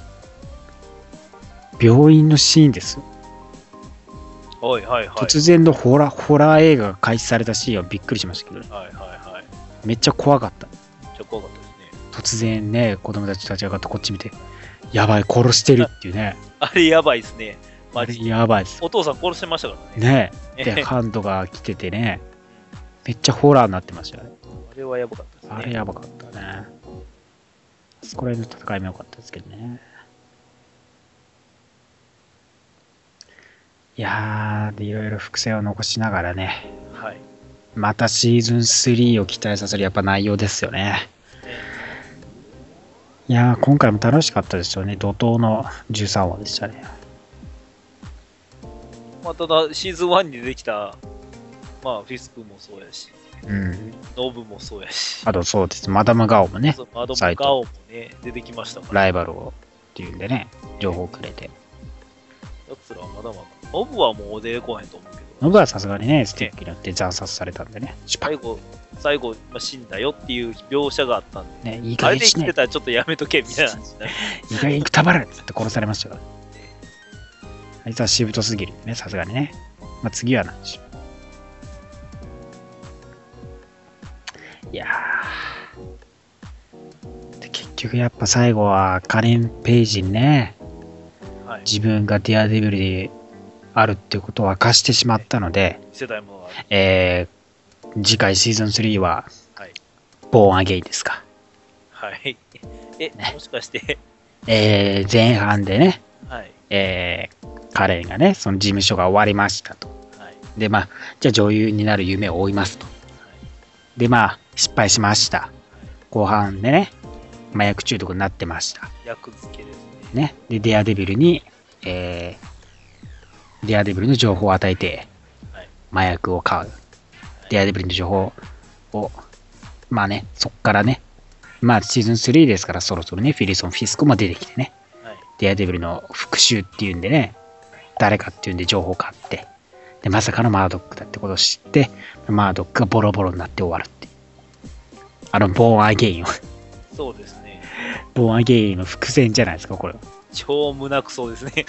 病院のシーンです。 はいはいはい。 突然のホラー映画が開始されたシーンはびっくりしましたけどね。 はいはいはい。 めっちゃ怖かった。 めっちゃ怖かったですね。 突然ね、子供たち立ち上がってこっち見て、やばい、殺してるっていうね。 あれやばいですね。 あれやばいです。 お父さん殺してましたからね。 ね。で、ハンドが来ててね、めっちゃホラーになってましたよね。 あれはやばかったですね。 あれやばかったね。そこら辺の戦いも良かったですけどね。いやー、でいろいろ伏線を残しながらね、 はい、 またシーズン3を期待させるやっぱ内容ですよね。いやー、今回も楽しかったですよね。怒涛の13話でしたね。 まあ、ただ、シーズン1に出てきた、まあ、フィスクもそうやし、ノブもそうやし、 あとそうです、マダムガオもね、 マダムガオもね、出てきましたから。 ライバルをっていうんでね、情報をくれて。 やつらはまだまだ。ノブはもう出てこへんと思うけど。 ノブはさすがにね、スティックによって惨殺されたんでね。 最後、死んだよっていう描写があったんで。 ね、いい加減あれで生きてたらちょっとやめとけみたいな話になる。 いい加減くたばれって殺されましたから。あいつはしぶとすぎるね、さすがにね。まあ次は何でしょう。いやー。で結局やっぱ最後はカレン・ペイジにね、はい、自分がディアデビルであるっていうことを明かしてしまったので、 世代も次回シーズン3は、はい、ボーンアゲインですか。 はい。もしかして、 前半でね、 はい、 カレンがね、その事務所が終わりましたと。はい、で、まあ、じゃあ女優になる夢を追いますと。はい、で、まあ、失敗しました。はい、後半でね、麻薬中毒になってました。 薬漬けですね。 ね。で、デアデビルに、デアデビルの情報を与えて、はい、麻薬を買う。はい、デアデビルの情報を、まあね、そっからね、まあシーズン3ですからそろそろね、フィリソン・フィスコも出てきてね、デアデビルの復讐っていうんでね、誰かっていうんで情報を買って、 で、まさかのマードックだってことを知って、マードックがボロボロになって終わるっていう。ボーンアゲインを。 そうですね。 ボーンアゲインの伏線じゃないですか、これ。 超胸くそですね。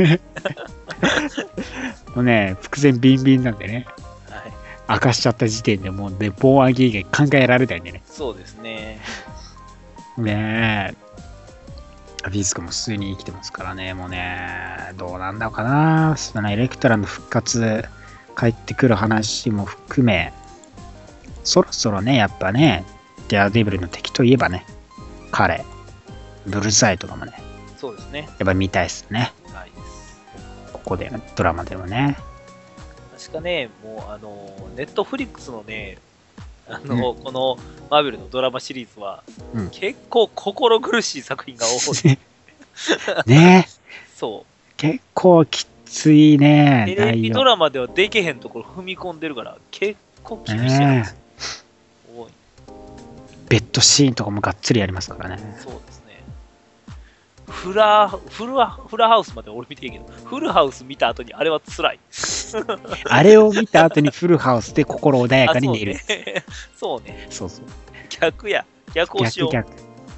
もうね、伏線ビンビンなんでね。 はい。 明かしちゃった時点でもうね、ボーンアゲインが考えられないんでね。 そうですね。 ねえ。ビスコも普通に生きてますからね、もうね、どうなんだろうかな。そのエレクトラの復活、帰ってくる話も含め、そろそろね、やっぱね、デアデビルの敵といえばね、彼、ブルースアイとかもね、 そうですね。 やっぱ見たいですね。 はい。 ここで、ドラマでもね。 確かね、もうネットフリックスのね、このマーベルのドラマシリーズは、結構心苦しい作品が多い。 ねそう。 結構きついね。 テレビドラマではできへんところ踏み込んでるから、結構厳しい話。多い。 ベッドシーンとかもがっつりやりますからね。 そうですね。フラハウスまで俺見ていいけど、フルハウス見た後にあれは辛い。 あれを見た後にフルハウスで心穏やかに寝る。 そうね。 そうそう。 逆や。逆をしよう。 逆。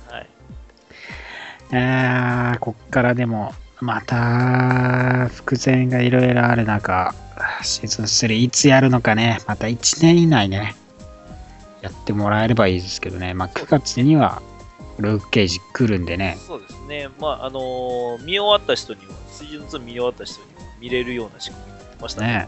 はい。 こっからでも、また、伏線がいろいろある中、シーズン3いつやるのかね、また1年以内ね、やってもらえればいいですけどね、まあ9月には、ルーク・ケイジ来るんでね。 そうですね。まあ、見終わった人には、シーズン2見終わった人には見れるような仕組みになってましたね。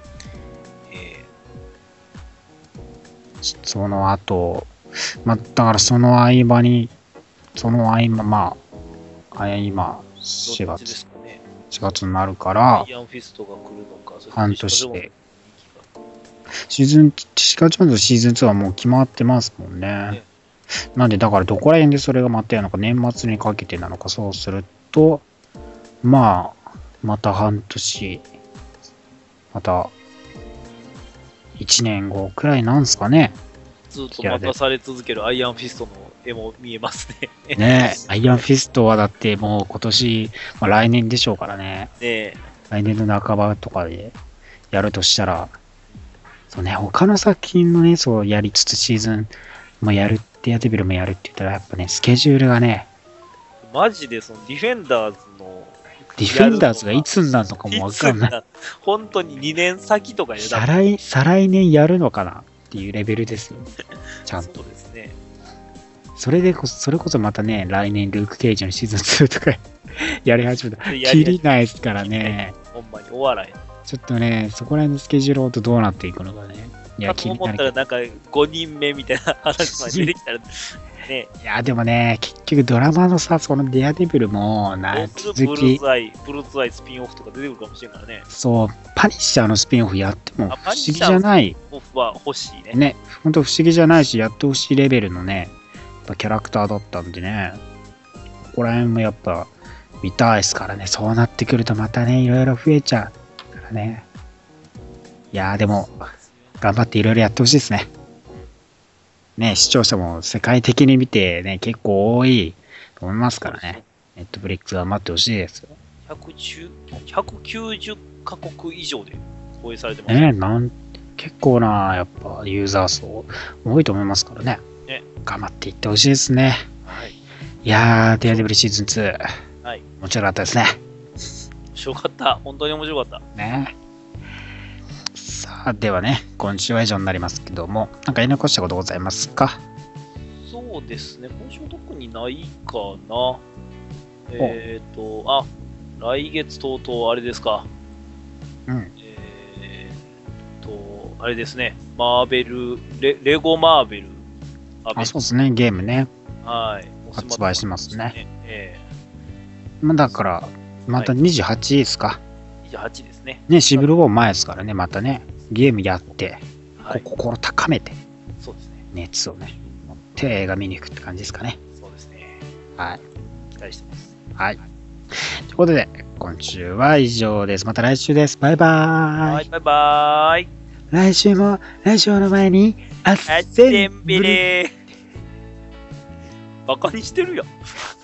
その後、まあ、だからその合間、まあ、今、4月ですかね。4月になるから、 アイアンフィストが来るのか、 半年で。シーズン、シカ・ジョーンズシーズン2はもう決まってますもんね。なんで、だからどこら辺でそれがまたやるのか、年末にかけてなのか、そうすると、まあ、また半年、また、1年後くらいなんすかね。 ずっと待たされ続けるアイアンフィストの絵も見えますね。 ねえ、アイアンフィストはだってもう今年、まあ、来年でしょうからね。 来年の半ばとかでやるとしたら、そうね、他の作品のね、そうやりつつシーズンもやる、デアデビルもやるって言ったら、やっぱね、スケジュールがね、 マジでそのディフェンダーズの、 ディフェンダーズがいつになるのかもわかんない。 本当に2年先とかや再来年やるのかなっていうレベルですよ。ちゃんと。 そうですね。 それこそまたね、来年ルーク・ケイジのシーズン2とかやり始めたら、切りないですからね。 ほんまにお笑い。 ちょっとね、そこら辺のスケジュールとどうなっていくのかね。 いや、と思ったらなんか5人目みたいな話まで出てきたら、ね。 いや、でもね、結局ドラマのさ、そのデアデビルも、続き。 ブルーズアイスピンオフとか出てくるかもしれんからね。 そう、パニッシャーのスピンオフやっても不思議じゃない。 オフは欲しいね。 ね、ほんと不思議じゃないし、やってほしいレベルのね、キャラクターだったんでね、ここら辺もやっぱ見たいですからね、そうなってくるとまたね、いろいろ増えちゃうからね。いやーでも、頑張っていろいろやってほしいですね。ね、視聴者も世界的に見てね、結構多いと思いますからね。ネットフリックス頑張ってほしいですよ。 190カ国以上で放映されてますね。 結構な、やっぱユーザー層多いと思いますからね。頑張っていってほしいですね。 はい。 いやー、デアデビルシーズン2。 はい。 面白かったですね。 面白かった。本当に面白かった。 ね。さあ、ではね、今週は以上になりますけども、なんか言い残したことございますか？ そうですね、今週特にないかな。来月とうとうあれですか。あれですね、マーベル、レゴマーベル。 そうですね、ゲームね。 はい。 発売しますね。 まあだから、また28ですか。 28ですね。 ね、シビルウォー前ですからね、またね、ゲームやって、心高めて、 そうですね。 熱をね、持って映画見に行くって感じですかね。 そうですね。 はい。 期待してます。 はい。ということで、今週は以上です。また来週です。バイバーイ。 はい、バイバーイ。 来週もラジオの前にあっせんびりバカにしてるよ。